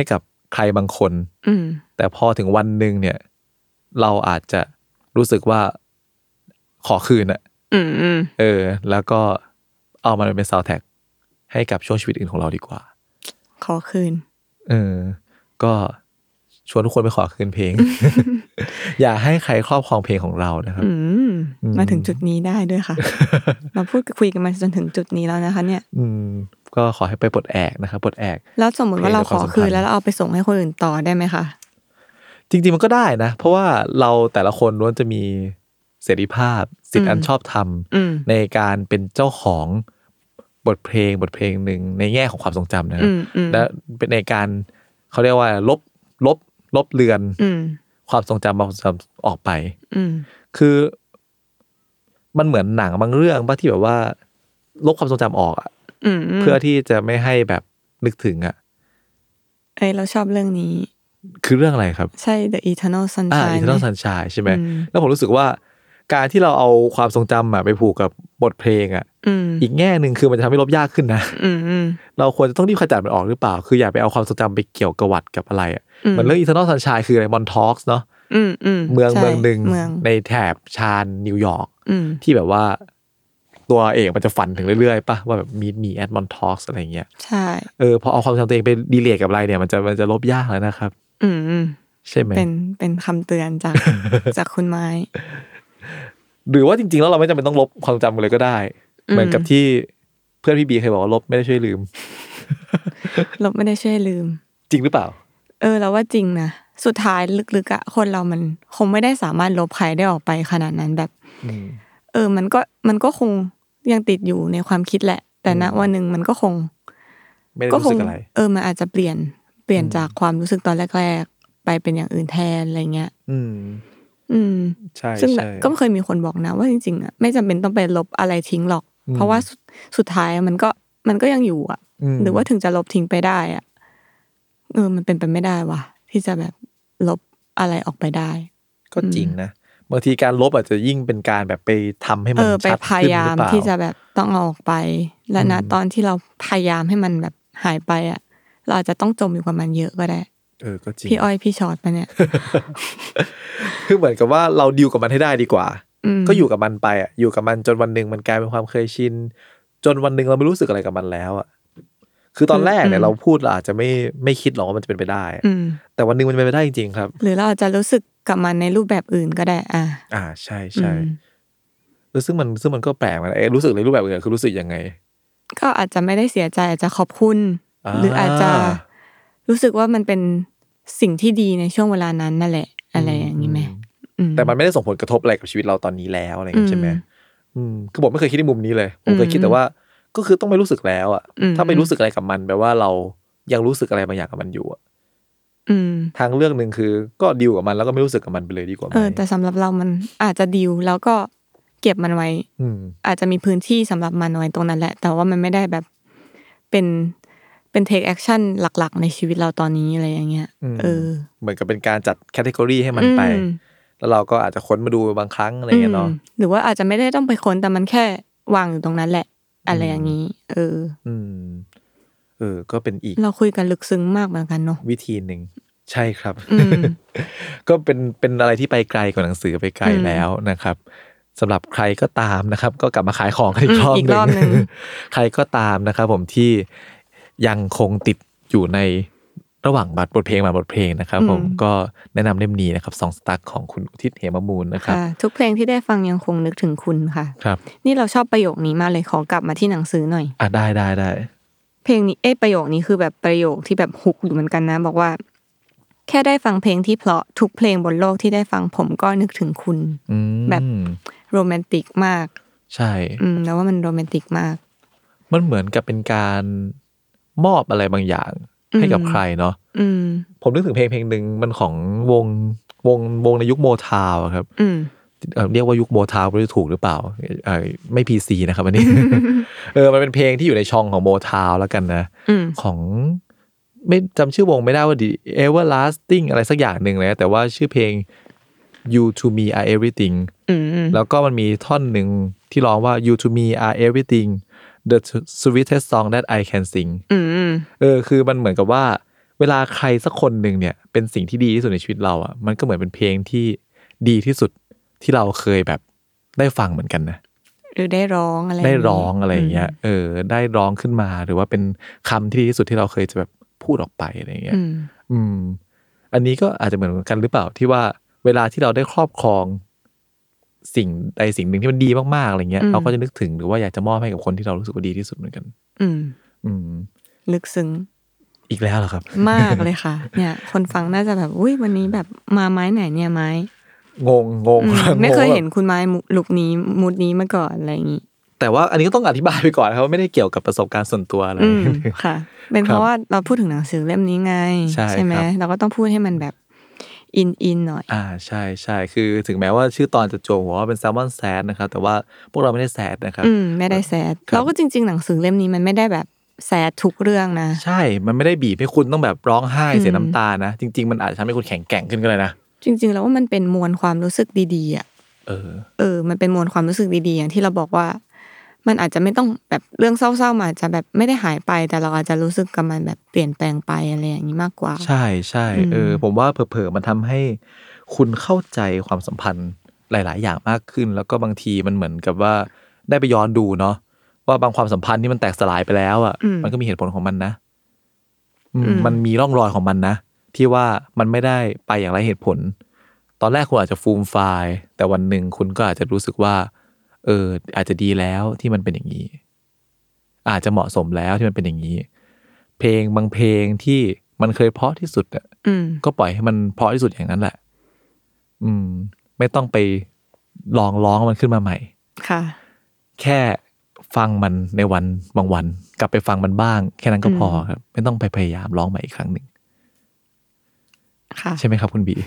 ใครบางคนแต่พอถึงวันนึงเนี่ยเราอาจจะรู้สึกว่าขอคืนอ่ะแล้วก็เอามันเป็นซาวด์แทร็กให้กับช่วงชีวิตอื่นของเราดีกว่าขอคืนก็ชวนทุกคนไปขอคืนเพลง อย่าให้ใครครอบครองเพลงของเรานะครับมาถึงจุดนี้ได้ด้วยค่ะ มาพูดคุยกันมาจนถึงจุดนี้แล้วนะคะเนี่ยก็ขอให้ไปปลดแอกนะครับปลดแอกแล้วสมมติว่าเราขอคืนแล้วเราเอาไปส่งให้คนอื่นต่อได้ไหมคะจริงๆมันก็ได้นะเพราะว่าเราแต่ละคนล้วนจะมีเสรีภาพสิทธิอันชอบธรรมในการเป็นเจ้าของบทเพลงหนึ่งในแง่ของความทรงจำนะครับและเป็นในการเขาเรียกว่าลบเลือนความทรงจำออกไปคือมันเหมือนหนังบางเรื่องป่ะที่แบบว่าลบความทรงจำออกอ่ะเพื่อที่จะไม่ให้แบบนึกถึงอ่ะเราชอบเรื่องนี้คือเรื่องอะไรครับใช่ The Eternal Sunshine Eternal Sunshine ใช่ไหมแล้วผมรู้สึกว่าการที่เราเอาความทรงจำไปผูกกับบทเพลงอ่ะอีกแง่นึงคือมันจะทำให้ลบยากขึ้นนะเราควรจะต้องรีบขจัดมันออกหรือเปล่าคืออย่าไปเอาความทรงจำไปเกี่ยวกับวัดกับอะไรอ่ะเหมือนเรื่อง Eternal Sunshine คืออะไร Montauk เนาะเมืองนึงในแถบชานนิวยอร์กที่แบบว่าตัวเอกมันจะฝันถึงเรื่อยๆป่ะว่าแบบ meet me at Montauk อะไรเงี้ยใช่พอเอาความทรงจำตัวเองไปดีเลทกับอะไรเนี่ยมันจะลบยากแล้วนะครับใช่ไหมเป็นคำเตือนจากคุณไม้หรือว่าจริงๆแล้วเราไม่จำเป็นต้องลบความจำกันเลยก็ได้เหมือนกับที่เพื่อนพี่บีเคยบอกว่าลบไม่ได้ช่วยลืมลบไม่ได้ช่วยลืมจริงหรือเปล่าเราว่าจริงนะสุดท้ายลึกๆอ่ะคนเรามันคงไม่ได้สามารถลบใครได้ออกไปขนาดนั้นแบบมันก็คงยังติดอยู่ในความคิดแหละแต่ณวันนึงมันก็คงไม่ได้รู้สึกอะไรมันอาจจะเปลี่ยนจากความรู้สึกตอนแรกๆไปเป็นอย่างอื่นแทนอะไรเงี้ยใช่ซึ่งก็เคยมีคนบอกนะว่าจริงๆอ่ะไม่จำเป็นต้องไปลบอะไรทิ้งหรอกเพราะว่าสุดท้ายมันก็ยังอยู่อ่ะหรือว่าถึงจะลบทิ้งไปได้อ่ะมันเป็นไปไม่ได้ว่ะที่จะแบบลบอะไรออกไปได้ก็จริงนะบางทีการลบอาจจะยิ่งเป็นการแบบไปทำให้มันชัดขึ้นหรือเปล่าไปพยายามที่จะแบบต้องเอาออกไปและณตอนที่เราพยายามให้มันแบบหายไปอ่ะเราอาจจะต้องจมอยู่กับมันเยอะก็ได้ก็จริงพี่อ้อยพี่ชอตปะเนี่ยคือเหมือนกับว่าเราดีลกับมันให้ได้ดีกว่าก็อยู่กับมันไปอ่ะอยู่กับมันจนวันนึงมันกลายเป็นความเคยชินจนวันนึงเราไม่รู้สึกอะไรกับมันแล้วอ่ะคือตอนแรกเนี่ยเราพูดเราอาจจะไม่คิดหรอกว่ามันจะเป็นไปได้แต่วันนึงมันเป็นไปได้จริงๆครับหรือเราอาจจะรู้สึกกับมันในรูปแบบอื่นก็ได้ใช่ใช่ซึ่งมันก็แปลกนะรู้สึกในรูปแบบอื่นคือรู้สึกยังไงก็อาจจะไม่ได้เสียใจอาจจะขอบคุณหรืออาจจะรู้สึกว่ามันเป็นสิ่งที่ดีในช่วงเวลานั้นนั่นแหละอะไรอย่างนี้ไหมแต่มันไม่ได้ส่งผลกระทบอะไรกับชีวิตเราตอนนี้แล้วอะไรอย่างนี้ใช่ไหมคือผมไม่เคยคิดในมุมนี้เลยผมเคยคิดแต่ว่าก็คือต้องไม่รู้สึกแล้วอ่ะถ้าไม่รู้สึกอะไรกับมันแปลว่าเรายังรู้สึกอะไรบางอย่างกับมันอยู่อ่ะทางเรื่องนึงคือก็ดีลกับมันแล้วก็ไม่รู้สึกกับมันไปเลยดีกว่าแต่สำหรับเรามันอาจจะดีลแล้วก็เก็บมันไว้อาจจะมีพื้นที่สำหรับมันไว้ตรงนั้นแหละแต่ว่ามันไม่ได้แบบเป็นtake action หลักๆในชีวิตเราตอนนี้อะไรอย่างเงี้ยเหมือนกับเป็นการจัดแคตตากรีให้มันไปแล้วเราก็อาจจะค้นมาดูบางครั้งอะไรเงี้ยเนาะหรือว่าอาจจะไม่ได้ต้องไปค้นแต่มันแค่วางอยู่ตรงนั้นแหละอะไรอย่างนี้ก็เป็นอีกเราคุยกันลึกซึ้งมากเหมือนกันเนาะวิธีนึงใช่ครับก็เป็นอะไรที่ไปไกลกว่าหนังสือไปไกลแล้วนะครับสำหรับใครก็ตามนะครับก็กลับมาขายของกันอีกรอบนึงใครก็ตามนะครับผมที่ยังคงติดอยู่ในระหว่างบทเพลงนะครับผมก็แนะนำเล่มนี้นะครับซองสตั๊กของคุณอุทิศเหมมูลนะครับทุกเพลงที่ได้ฟังยังคงนึกถึงคุณค่ะครับนี่เราชอบประโยคนี้มากเลยขอกลับมาที่หนังสือหน่อยได้เพลงนี้ประโยคนี้คือแบบประโยคที่แบบฮุกอยู่เหมือนกันนะบอกว่าแค่ได้ฟังเพลงที่เพราะทุกเพลงบนโลกที่ได้ฟังผมก็นึกถึงคุณแบบโรแมนติกมากใช่แล้วว่ามันโรแมนติกมากมันเหมือนกับเป็นการมอบอะไรบางอย่างให้กับใครเนาะผมนึกถึงเพลงนึงมันของวงในยุคโมทาวน์ครับเรียกว่ายุคโมทาวน์ไม่ถูกหรือเปล่าไม่ PC นะครับอันนี้ มันเป็นเพลงที่อยู่ในช่องของโมทาวน์แล้วกันนะของไม่จำชื่อวงไม่ได้ว่า The Everlasting อะไรสักอย่างนึงเลยแต่ว่าชื่อเพลง You to me are everything แล้วก็มันมีท่อนนึงที่ร้องว่า You to me are everything the sweetest song that I can sing คือมันเหมือนกับว่าเวลาใครสักคนหนึ่งเนี่ยเป็นสิ่งที่ดีที่สุดในชีวิตเราอ่ะมันก็เหมือนเป็นเพลงที่ดีที่สุดที่เราเคยแบบได้ฟังเหมือนกันนะหรือได้ร้องอะไรอย่างเงี้ยได้ร้องขึ้นมาหรือว่าเป็นคำที่ดีที่สุดที่เราเคยจะแบบพูดออกไปอะไรอย่างเงี้ยอันนี้ก็อาจจะเหมือนกันหรือเปล่าที่ว่าเวลาที่เราได้ครอบครองสิ่งใดสิ่งหนึ่งที่มันดีมากๆอะไรเงี้ยเราก็จะนึกถึงหรือว่าอยากจะมอบให้กับคนที่เรารู้สึกว่าดีที่สุดเหมือนกันลึกซึ้งอีกแล้วเหรอครับมากเลยค่ะเนี่ยคนฟังน่าจะแบบอุ้ยวันนี้แบบมาไม้ไหนเนี่ยไม้งงไม่เคยเห็นคุณไม้ลุคนี้มูดนี้มาก่อนอะไรอย่างนี้แต่ว่าอันนี้ก็ต้องอธิบายไปก่อนครับว่าไม่ได้เกี่ยวกับประสบการณ์ส่วนตัวอะไรค่ะเป็นเพราะว่าเราพูดถึงหนังสือเล่มนี้ไงใช่ไหมเราก็ต้องพูดให้มันแบบอินหน่อยใช่คือถึงแม้ว่าชื่อตอนจะโจงว่าเป็นแซลมอนแซดนะครับแต่ว่าพวกเราไม่ได้แซดนะครับไม่ได้แซดแล้วก็จริงๆหนังสือเล่มนี้มันไม่ได้แบบแซดทุกเรื่องนะใช่มันไม่ได้บีบให้คุณต้องแบบร้องไห้เสียน้ำตานะจริงๆมันอาจจะทำให้คุณแข็งแกร่งขึ้นก็เลยนะจริงๆแล้วว่ามันเป็นมวลความรู้สึกดีๆอ่ะมันเป็นมวลความรู้สึกดีๆอย่างที่เราบอกว่ามันอาจจะไม่ต้องแบบเรื่องเศร้าๆมาอาจจะแบบไม่ได้หายไปแต่เราอาจจะรู้สึกกับมันแบบเปลี่ยนแปลงไปอะไรอย่างนี้มากกว่าใช่ผมว่าเผลอๆมันทำให้คุณเข้าใจความสัมพันธ์หลายๆอย่างมากขึ้นแล้วก็บางทีมันเหมือนกับว่าได้ไปย้อนดูเนาะว่าบางความสัมพันธ์ที่มันแตกสลายไปแล้วอ่ะมันก็มีเหตุผลของมันนะมันมีร่องรอยของมันนะที่ว่ามันไม่ได้ไปอย่างไรเหตุผลตอนแรกคุณอาจจะฟูมไฟล์แต่วันหนึ่งคุณก็อาจจะรู้สึกว่าอาจจะดีแล้วที่มันเป็นอย่างนี้อาจจะเหมาะสมแล้วที่มันเป็นอย่างนี้เพลงบางเพลงที่มันเคยเพราะที่สุดอ่ะก็ปล่อยให้มันเพราะที่สุดอย่างนั้นแหละไม่ต้องไปลองร้องมันขึ้นมาใหม่ค่ะแค่ฟังมันในวันบางวันกลับไปฟังมันบ้างแค่นั้นก็พอครับไม่ต้องไปพยายามร้องใหม่อีกครั้งหนึ่งค่ะใช่ไหมครับคุณบี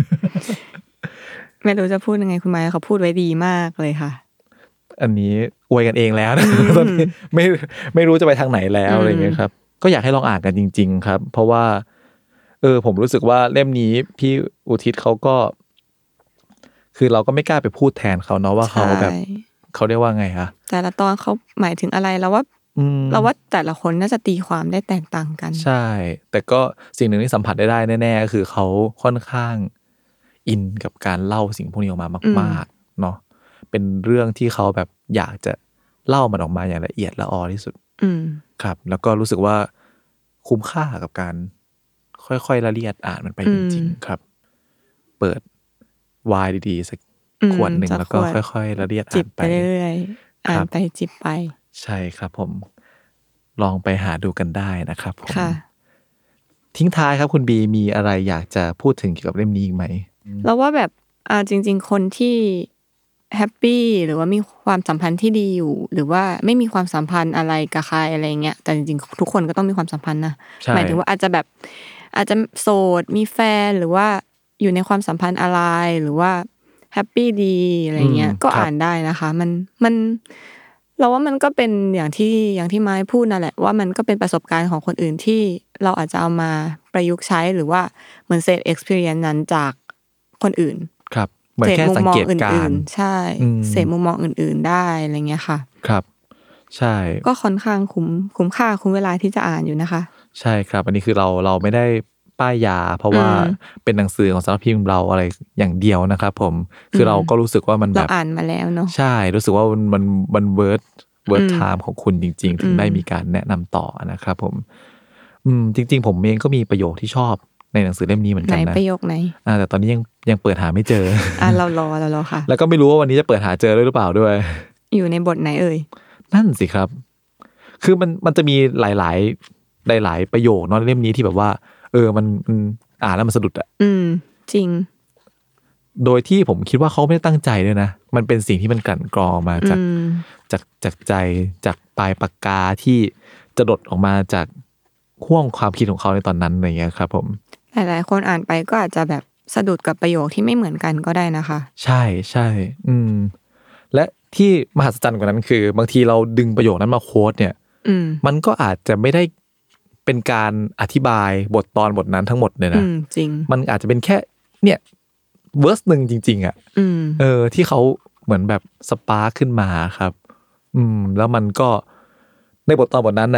ไม่รู้จะพูดยังไงคุณไม้เขาพูดไว้ดีมากเลยค่ะอันนี้อวยกันเองแล้วนะตอนนี้ไม่รู้จะไปทางไหนแล้วอะไรเงี้ยครับก็อยากให้ลองอ่านกันจริงๆครับเพราะว่าผมรู้สึกว่าเล่มนี้พี่อุทิศเขาก็คือเราก็ไม่กล้าไปพูดแทนเขาเนาะว่าเขาแบบเขาเรียกว่าไงคะแต่ละตอนเขาหมายถึงอะไรเราว่าแต่ละคนน่าจะตีความได้แตกต่างกันใช่แต่ก็สิ่งหนึ่งที่สัมผัสได้แน่ๆก็คือเขาค่อนข้างอินกับการเล่าสิ่งพวกนี้ออกมามากๆเนาะเป็นเรื่องที่เขาแบบอยากจะเล่ามันออกมาอย่างละเอียดละออที่สุดครับแล้วก็รู้สึกว่าคุ้มค่ากับการค่อยๆละเอียดอ่านมันไปจริงๆครับเปิดไวน์ดีๆสักขวดหนึ่งแล้วก็ค่อยๆละเอียดอ่านไปเรื่อยๆอ่านไปจิบไปใช่ครับผมลองไปหาดูกันได้นะครับผมค่ะทิ้งท้ายครับคุณบีมีอะไรอยากจะพูดถึงเกี่ยวกับเล่มนี้อีกไหมเราว่าแบบจริงๆคนที่แฮปปี้หรือว่ามีความสัมพันธ์ที่ดีอยู่หรือว่าไม่มีความสัมพันธ์อะไรกับใครอะไรเงี้ยแต่จริงๆทุกคนก็ต้องมีความสัมพันธ์นะหมายถึงว่าอาจจะโสดมีแฟนหรือว่าอยู่ในความสัมพันธ์อะไรหรือว่าแฮปปี้ดีอะไรเงี้ยก็อ่านได้นะคะมันเราว่ามันก็เป็นอย่างที่ไม้พูดนั่นแหละว่ามันก็เป็นประสบการณ์ของคนอื่นที่เราอาจจะเอามาประยุกต์ใช้หรือว่าเหมือนเสพ experience นั้นจากคนอื่นครับเหมือนแค่สังเกตการณ์ใช่เสพมุมมองอื่นๆได้อะไรเงี้ยค่ะครับใช่ก็ค่อนข้างคุ้มค่าคุ้มเวลาที่จะอ่านอยู่นะคะใช่ครับอันนี้คือเราไม่ได้ป้ายยาเพราะว่าเป็นหนังสือของสำนักพิมพ์เราอะไรอย่างเดียวนะครับผมคือเราก็รู้สึกว่ามันแบบเราอ่านมาแล้วเนาะใช่รู้สึกว่ามันเวิร์ดไทม์ของคุณจริงๆถึงได้มีการแนะนำต่อนะครับผมจริงๆผมเองก็มีประโยคที่ชอบในหนังสือเล่มนี้เหมือนกันนะไหนประโยคไหนแต่ตอนนี้ยังเปิดหาไม่เจอเรารอค่ะแล้วก็ไม่รู้ว่าวันนี้จะเปิดหาเจอหรือเปล่าด้วยอยู่ในบทไหนเอ่ยนั่นสิครับคือมันจะมีหลายประโยคเนาะในเล่มนี้ที่แบบว่ามันอ่านแล้วมันสะดุดอ่ะจริงโดยที่ผมคิดว่าเขาไม่ได้ตั้งใจด้วยนะมันเป็นสิ่งที่มันกลั่นกรองมาจากใจจากปลายปากกาที่จะดดออกมาจากห่วงความคิดของเขาในตอนนั้นอะไรเงี้ยครับผมหลายๆคนอ่านไปก็อาจจะแบบสะดุดกับประโยคที่ไม่เหมือนกันก็ได้นะคะใช่และที่มหัศจรรย์กว่านั้นคือบางทีเราดึงประโยคนั้นมาโค้ดเนี่ยมันก็อาจจะไม่ได้เป็นการอธิบายบทนั้นทั้งหมดเลยนะจริงมันอาจจะเป็นแค่เนี่ยเวอร์สนึงจริงๆอ่ะที่เขาเหมือนแบบสปาร์คขึ้นมาครับแล้วมันก็ในบทนั้นน่ะ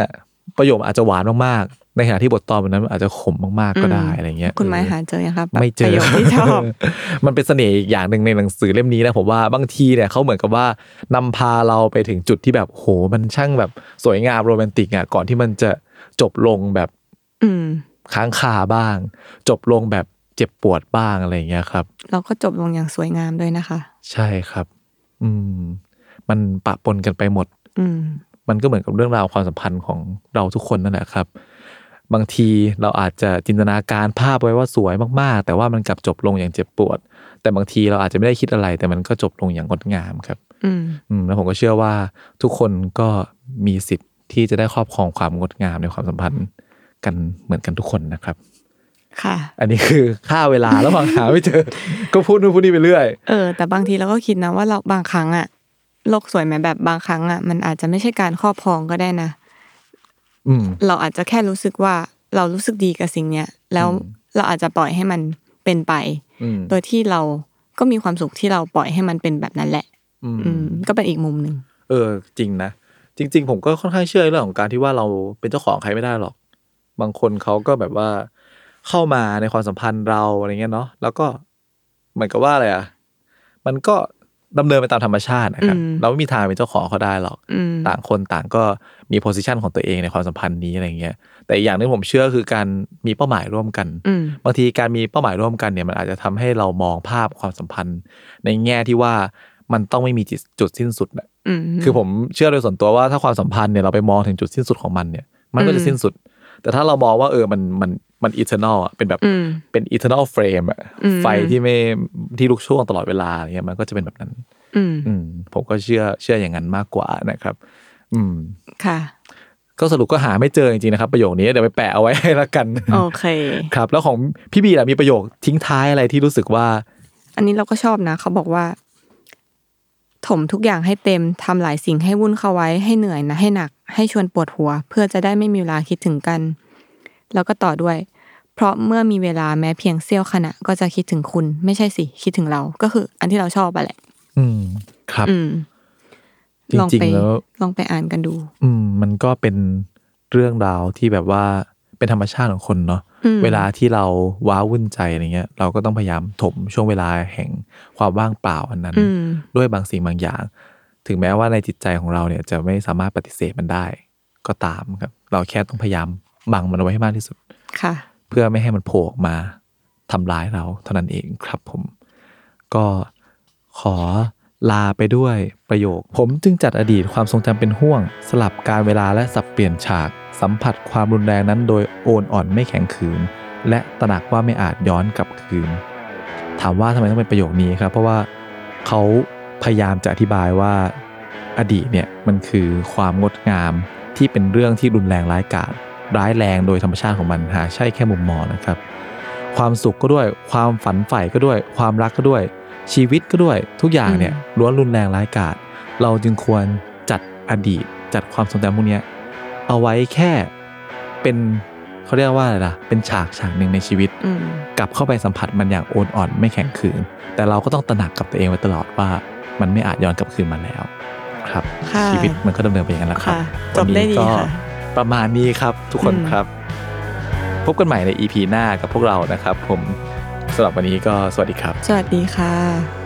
ประโยคอาจจะหวานมากๆในขณะที่บทตอนนั้นอาจจะขมมากๆก็ได้อะไรเงี้ยคุณไม้หาเจอยังครับไม่เจอประโยคที่ชอบมันเป็นเสน่ห์อีกอย่างนึงในหนังสือเล่มนี้นะผมว่าบางทีเนี่ยเขาเหมือนกับว่านำพาเราไปถึงจุดที่แบบโหมันช่างแบบสวยงามโรแมนติกอ่ะก่อนที่มันจะจบลงแบบค้างคาบ้างจบลงแบบเจ็บปวดบ้างอะไรอย่างเงี้ยครับเราก็จบลงอย่างสวยงามด้วยนะคะใช่ครับมันปะปนกันไปหมดมันก็เหมือนกับเรื่องราวความสัมพันธ์ของเราทุกคนนั่นแหละครับบางทีเราอาจจะจินตนาการภาพไว้ว่าสวยมากๆแต่ว่ามันกลับจบลงอย่างเจ็บปวดแต่บางทีเราอาจจะไม่ได้คิดอะไรแต่มันก็จบลงอย่างงดงามครับแล้วผมก็เชื่อว่าทุกคนก็มีสิทธิ์ที่จะได้ครอบครองความงดงามในความสัมพันธ์กันเหมือนกันทุกคนนะครับค่ะอันนี้คือค่าเวลาแล้วบางหาไม่เจอก็พูดนู่นพูดนี่ไปเรื่อยแต่บางทีเราก็คิดนะว่าเราบางครั้งอะโลกสวยไหมแบบบางครั้งอะมันอาจจะไม่ใช่การครอบครองก็ได้นะเราอาจจะแค่รู้สึกว่าเรารู้สึกดีกับสิ่งเนี้ยแล้วเราอาจจะปล่อยให้มันเป็นไปโดยที่เราก็มีความสุขที่เราปล่อยให้มันเป็นแบบนั้นแหละก็เป็นอีกมุมนึงจริงนะจริงๆผมก็ค่อนข้างเชื่อเรื่องของการที่ว่าเราเป็นเจ้าของใครไม่ได้หรอกบางคนเขาก็แบบว่าเข้ามาในความสัมพันธ์เราอะไรเงี้ยเนาะแล้วก็เหมือนกับว่าอะไรอ่ะมันก็ดำเนินไปตามธรรมชาตินะครับเราไม่มีทางเป็นเจ้าของเขาได้หรอกต่างคนต่างก็มีโพสิชันของตัวเองในความสัมพันธ์นี้อะไรเงี้ยแต่อีกอย่างนึงผมเชื่อคือการมีเป้าหมายร่วมกันบางทีการมีเป้าหมายร่วมกันเนี่ยมันอาจจะทำให้เรามองภาพความสัมพันธ์ในแง่ที่ว่ามันต้องไม่มีจุดสิ้นสุดนะคือผมเชื่อโดยส่วนตัวว่าถ้าความสัมพันธ์เนี่ยเราไปมองถึงจุดสิ้นสุดของมันเนี่ยมันก็จะสิ้นสุดแต่ถ้าเรามองว่ามันอีเทอร์นอลอ่ะเป็นแบบเป็นอีเทอร์นอลเฟรมอ่ะไฟที่ลุกโชนตลอดเวลาอย่างเงี้ยมันก็จะเป็นแบบนั้นผมก็เชื่ออย่างนั้นมากกว่านะครับค่ะก็สรุปก็หาไม่เจอจริงๆนะครับประโยคนี้เดี๋ยวไปแปะเอาไว้ให้ละกันโอเคครับแล้วของพี่บีล่ะมีประโยคทิ้งท้ายอะไรที่รู้สึกว่าอันนี้เราก็ชอบนะเขาบอกว่าถมทุกอย่างให้เต็มทำหลายสิ่งให้วุ่นเข้าไว้ให้เหนื่อยนะให้หนักให้ชวนปวดหัวเพื่อจะได้ไม่มีเวลาคิดถึงกันแล้วก็ต่อด้วยเพราะเมื่อมีเวลาแม้เพียงเสี้ยวขณะก็จะคิดถึงคุณไม่ใช่สิคิดถึงเราก็คืออันที่เราชอบไปแหละครับจริงๆแล้วลองไปอ่านกันดูมันก็เป็นเรื่องราวที่แบบว่าเป็นธรรมชาติของคนเนาะเวลาที่เราว้าวุ่นใจอะไรเงี้ยเราก็ต้องพยายามถมช่วงเวลาแห่งความว่างเปล่าอันนั้นด้วยบางสิ่งบางอย่างถึงแม้ว่าในจิตใจของเราเนี่ยจะไม่สามารถปฏิเสธมันได้ก็ตามครับเราแค่ต้องพยายามบังมันเอาไว้ให้มากที่สุดค่ะเพื่อไม่ให้มันโผล่ออกมาทำร้ายเราเท่านั้นเองครับผมก็ขอลาไปด้วยประโยคผมจึงจัดอดีตความทรงจำเป็นห่วงสลับการเวลาและสับเปลี่ยนฉากสัมผัสความรุนแรงนั้นโดยโอนอ่อนไม่แข็งขืนและตระหนักว่าไม่อาจย้อนกลับคืนถามว่าทำไมต้องเป็นประโยคนี้ครับเพราะว่าเขาพยายามจะอธิบายว่าอดีตเนี่ยมันคือความงดงามที่เป็นเรื่องที่รุนแรงร้ายกาจร้ายแรงโดยธรรมชาติของมันหาใช่แค่มุมมองนะครับความสุขก็ด้วยความฝันใฝ่ก็ด้วยความรักก็ด้วยชีวิตก็ด้วยทุกอย่างเนี่ยล้วนรุนแรงร้ายกาจเราจึงควรจัดอดีตจัดความทรงจำพวกนี้เอาไว้แค่เป็นเขาเรียกว่าอะไรล่ะเป็นฉากหนึ่งในชีวิตกลับเข้าไปสัมผัสมันอย่างโอนอ่อนไม่แข็งขืนแต่เราก็ต้องตระหนักกับตัวเองไว้ตลอดว่ามันไม่อาจย้อนกลับคืนมาแล้วครับชีวิตมันก็ดำเนินไปอย่างนั้นแหละครับจบได้ดีค่ะประมาณนี้ครับทุกคนครับพบกันใหม่ใน EP หน้ากับพวกเรานะครับผมสำหรับวันนี้ก็สวัสดีครับสวัสดีค่ะ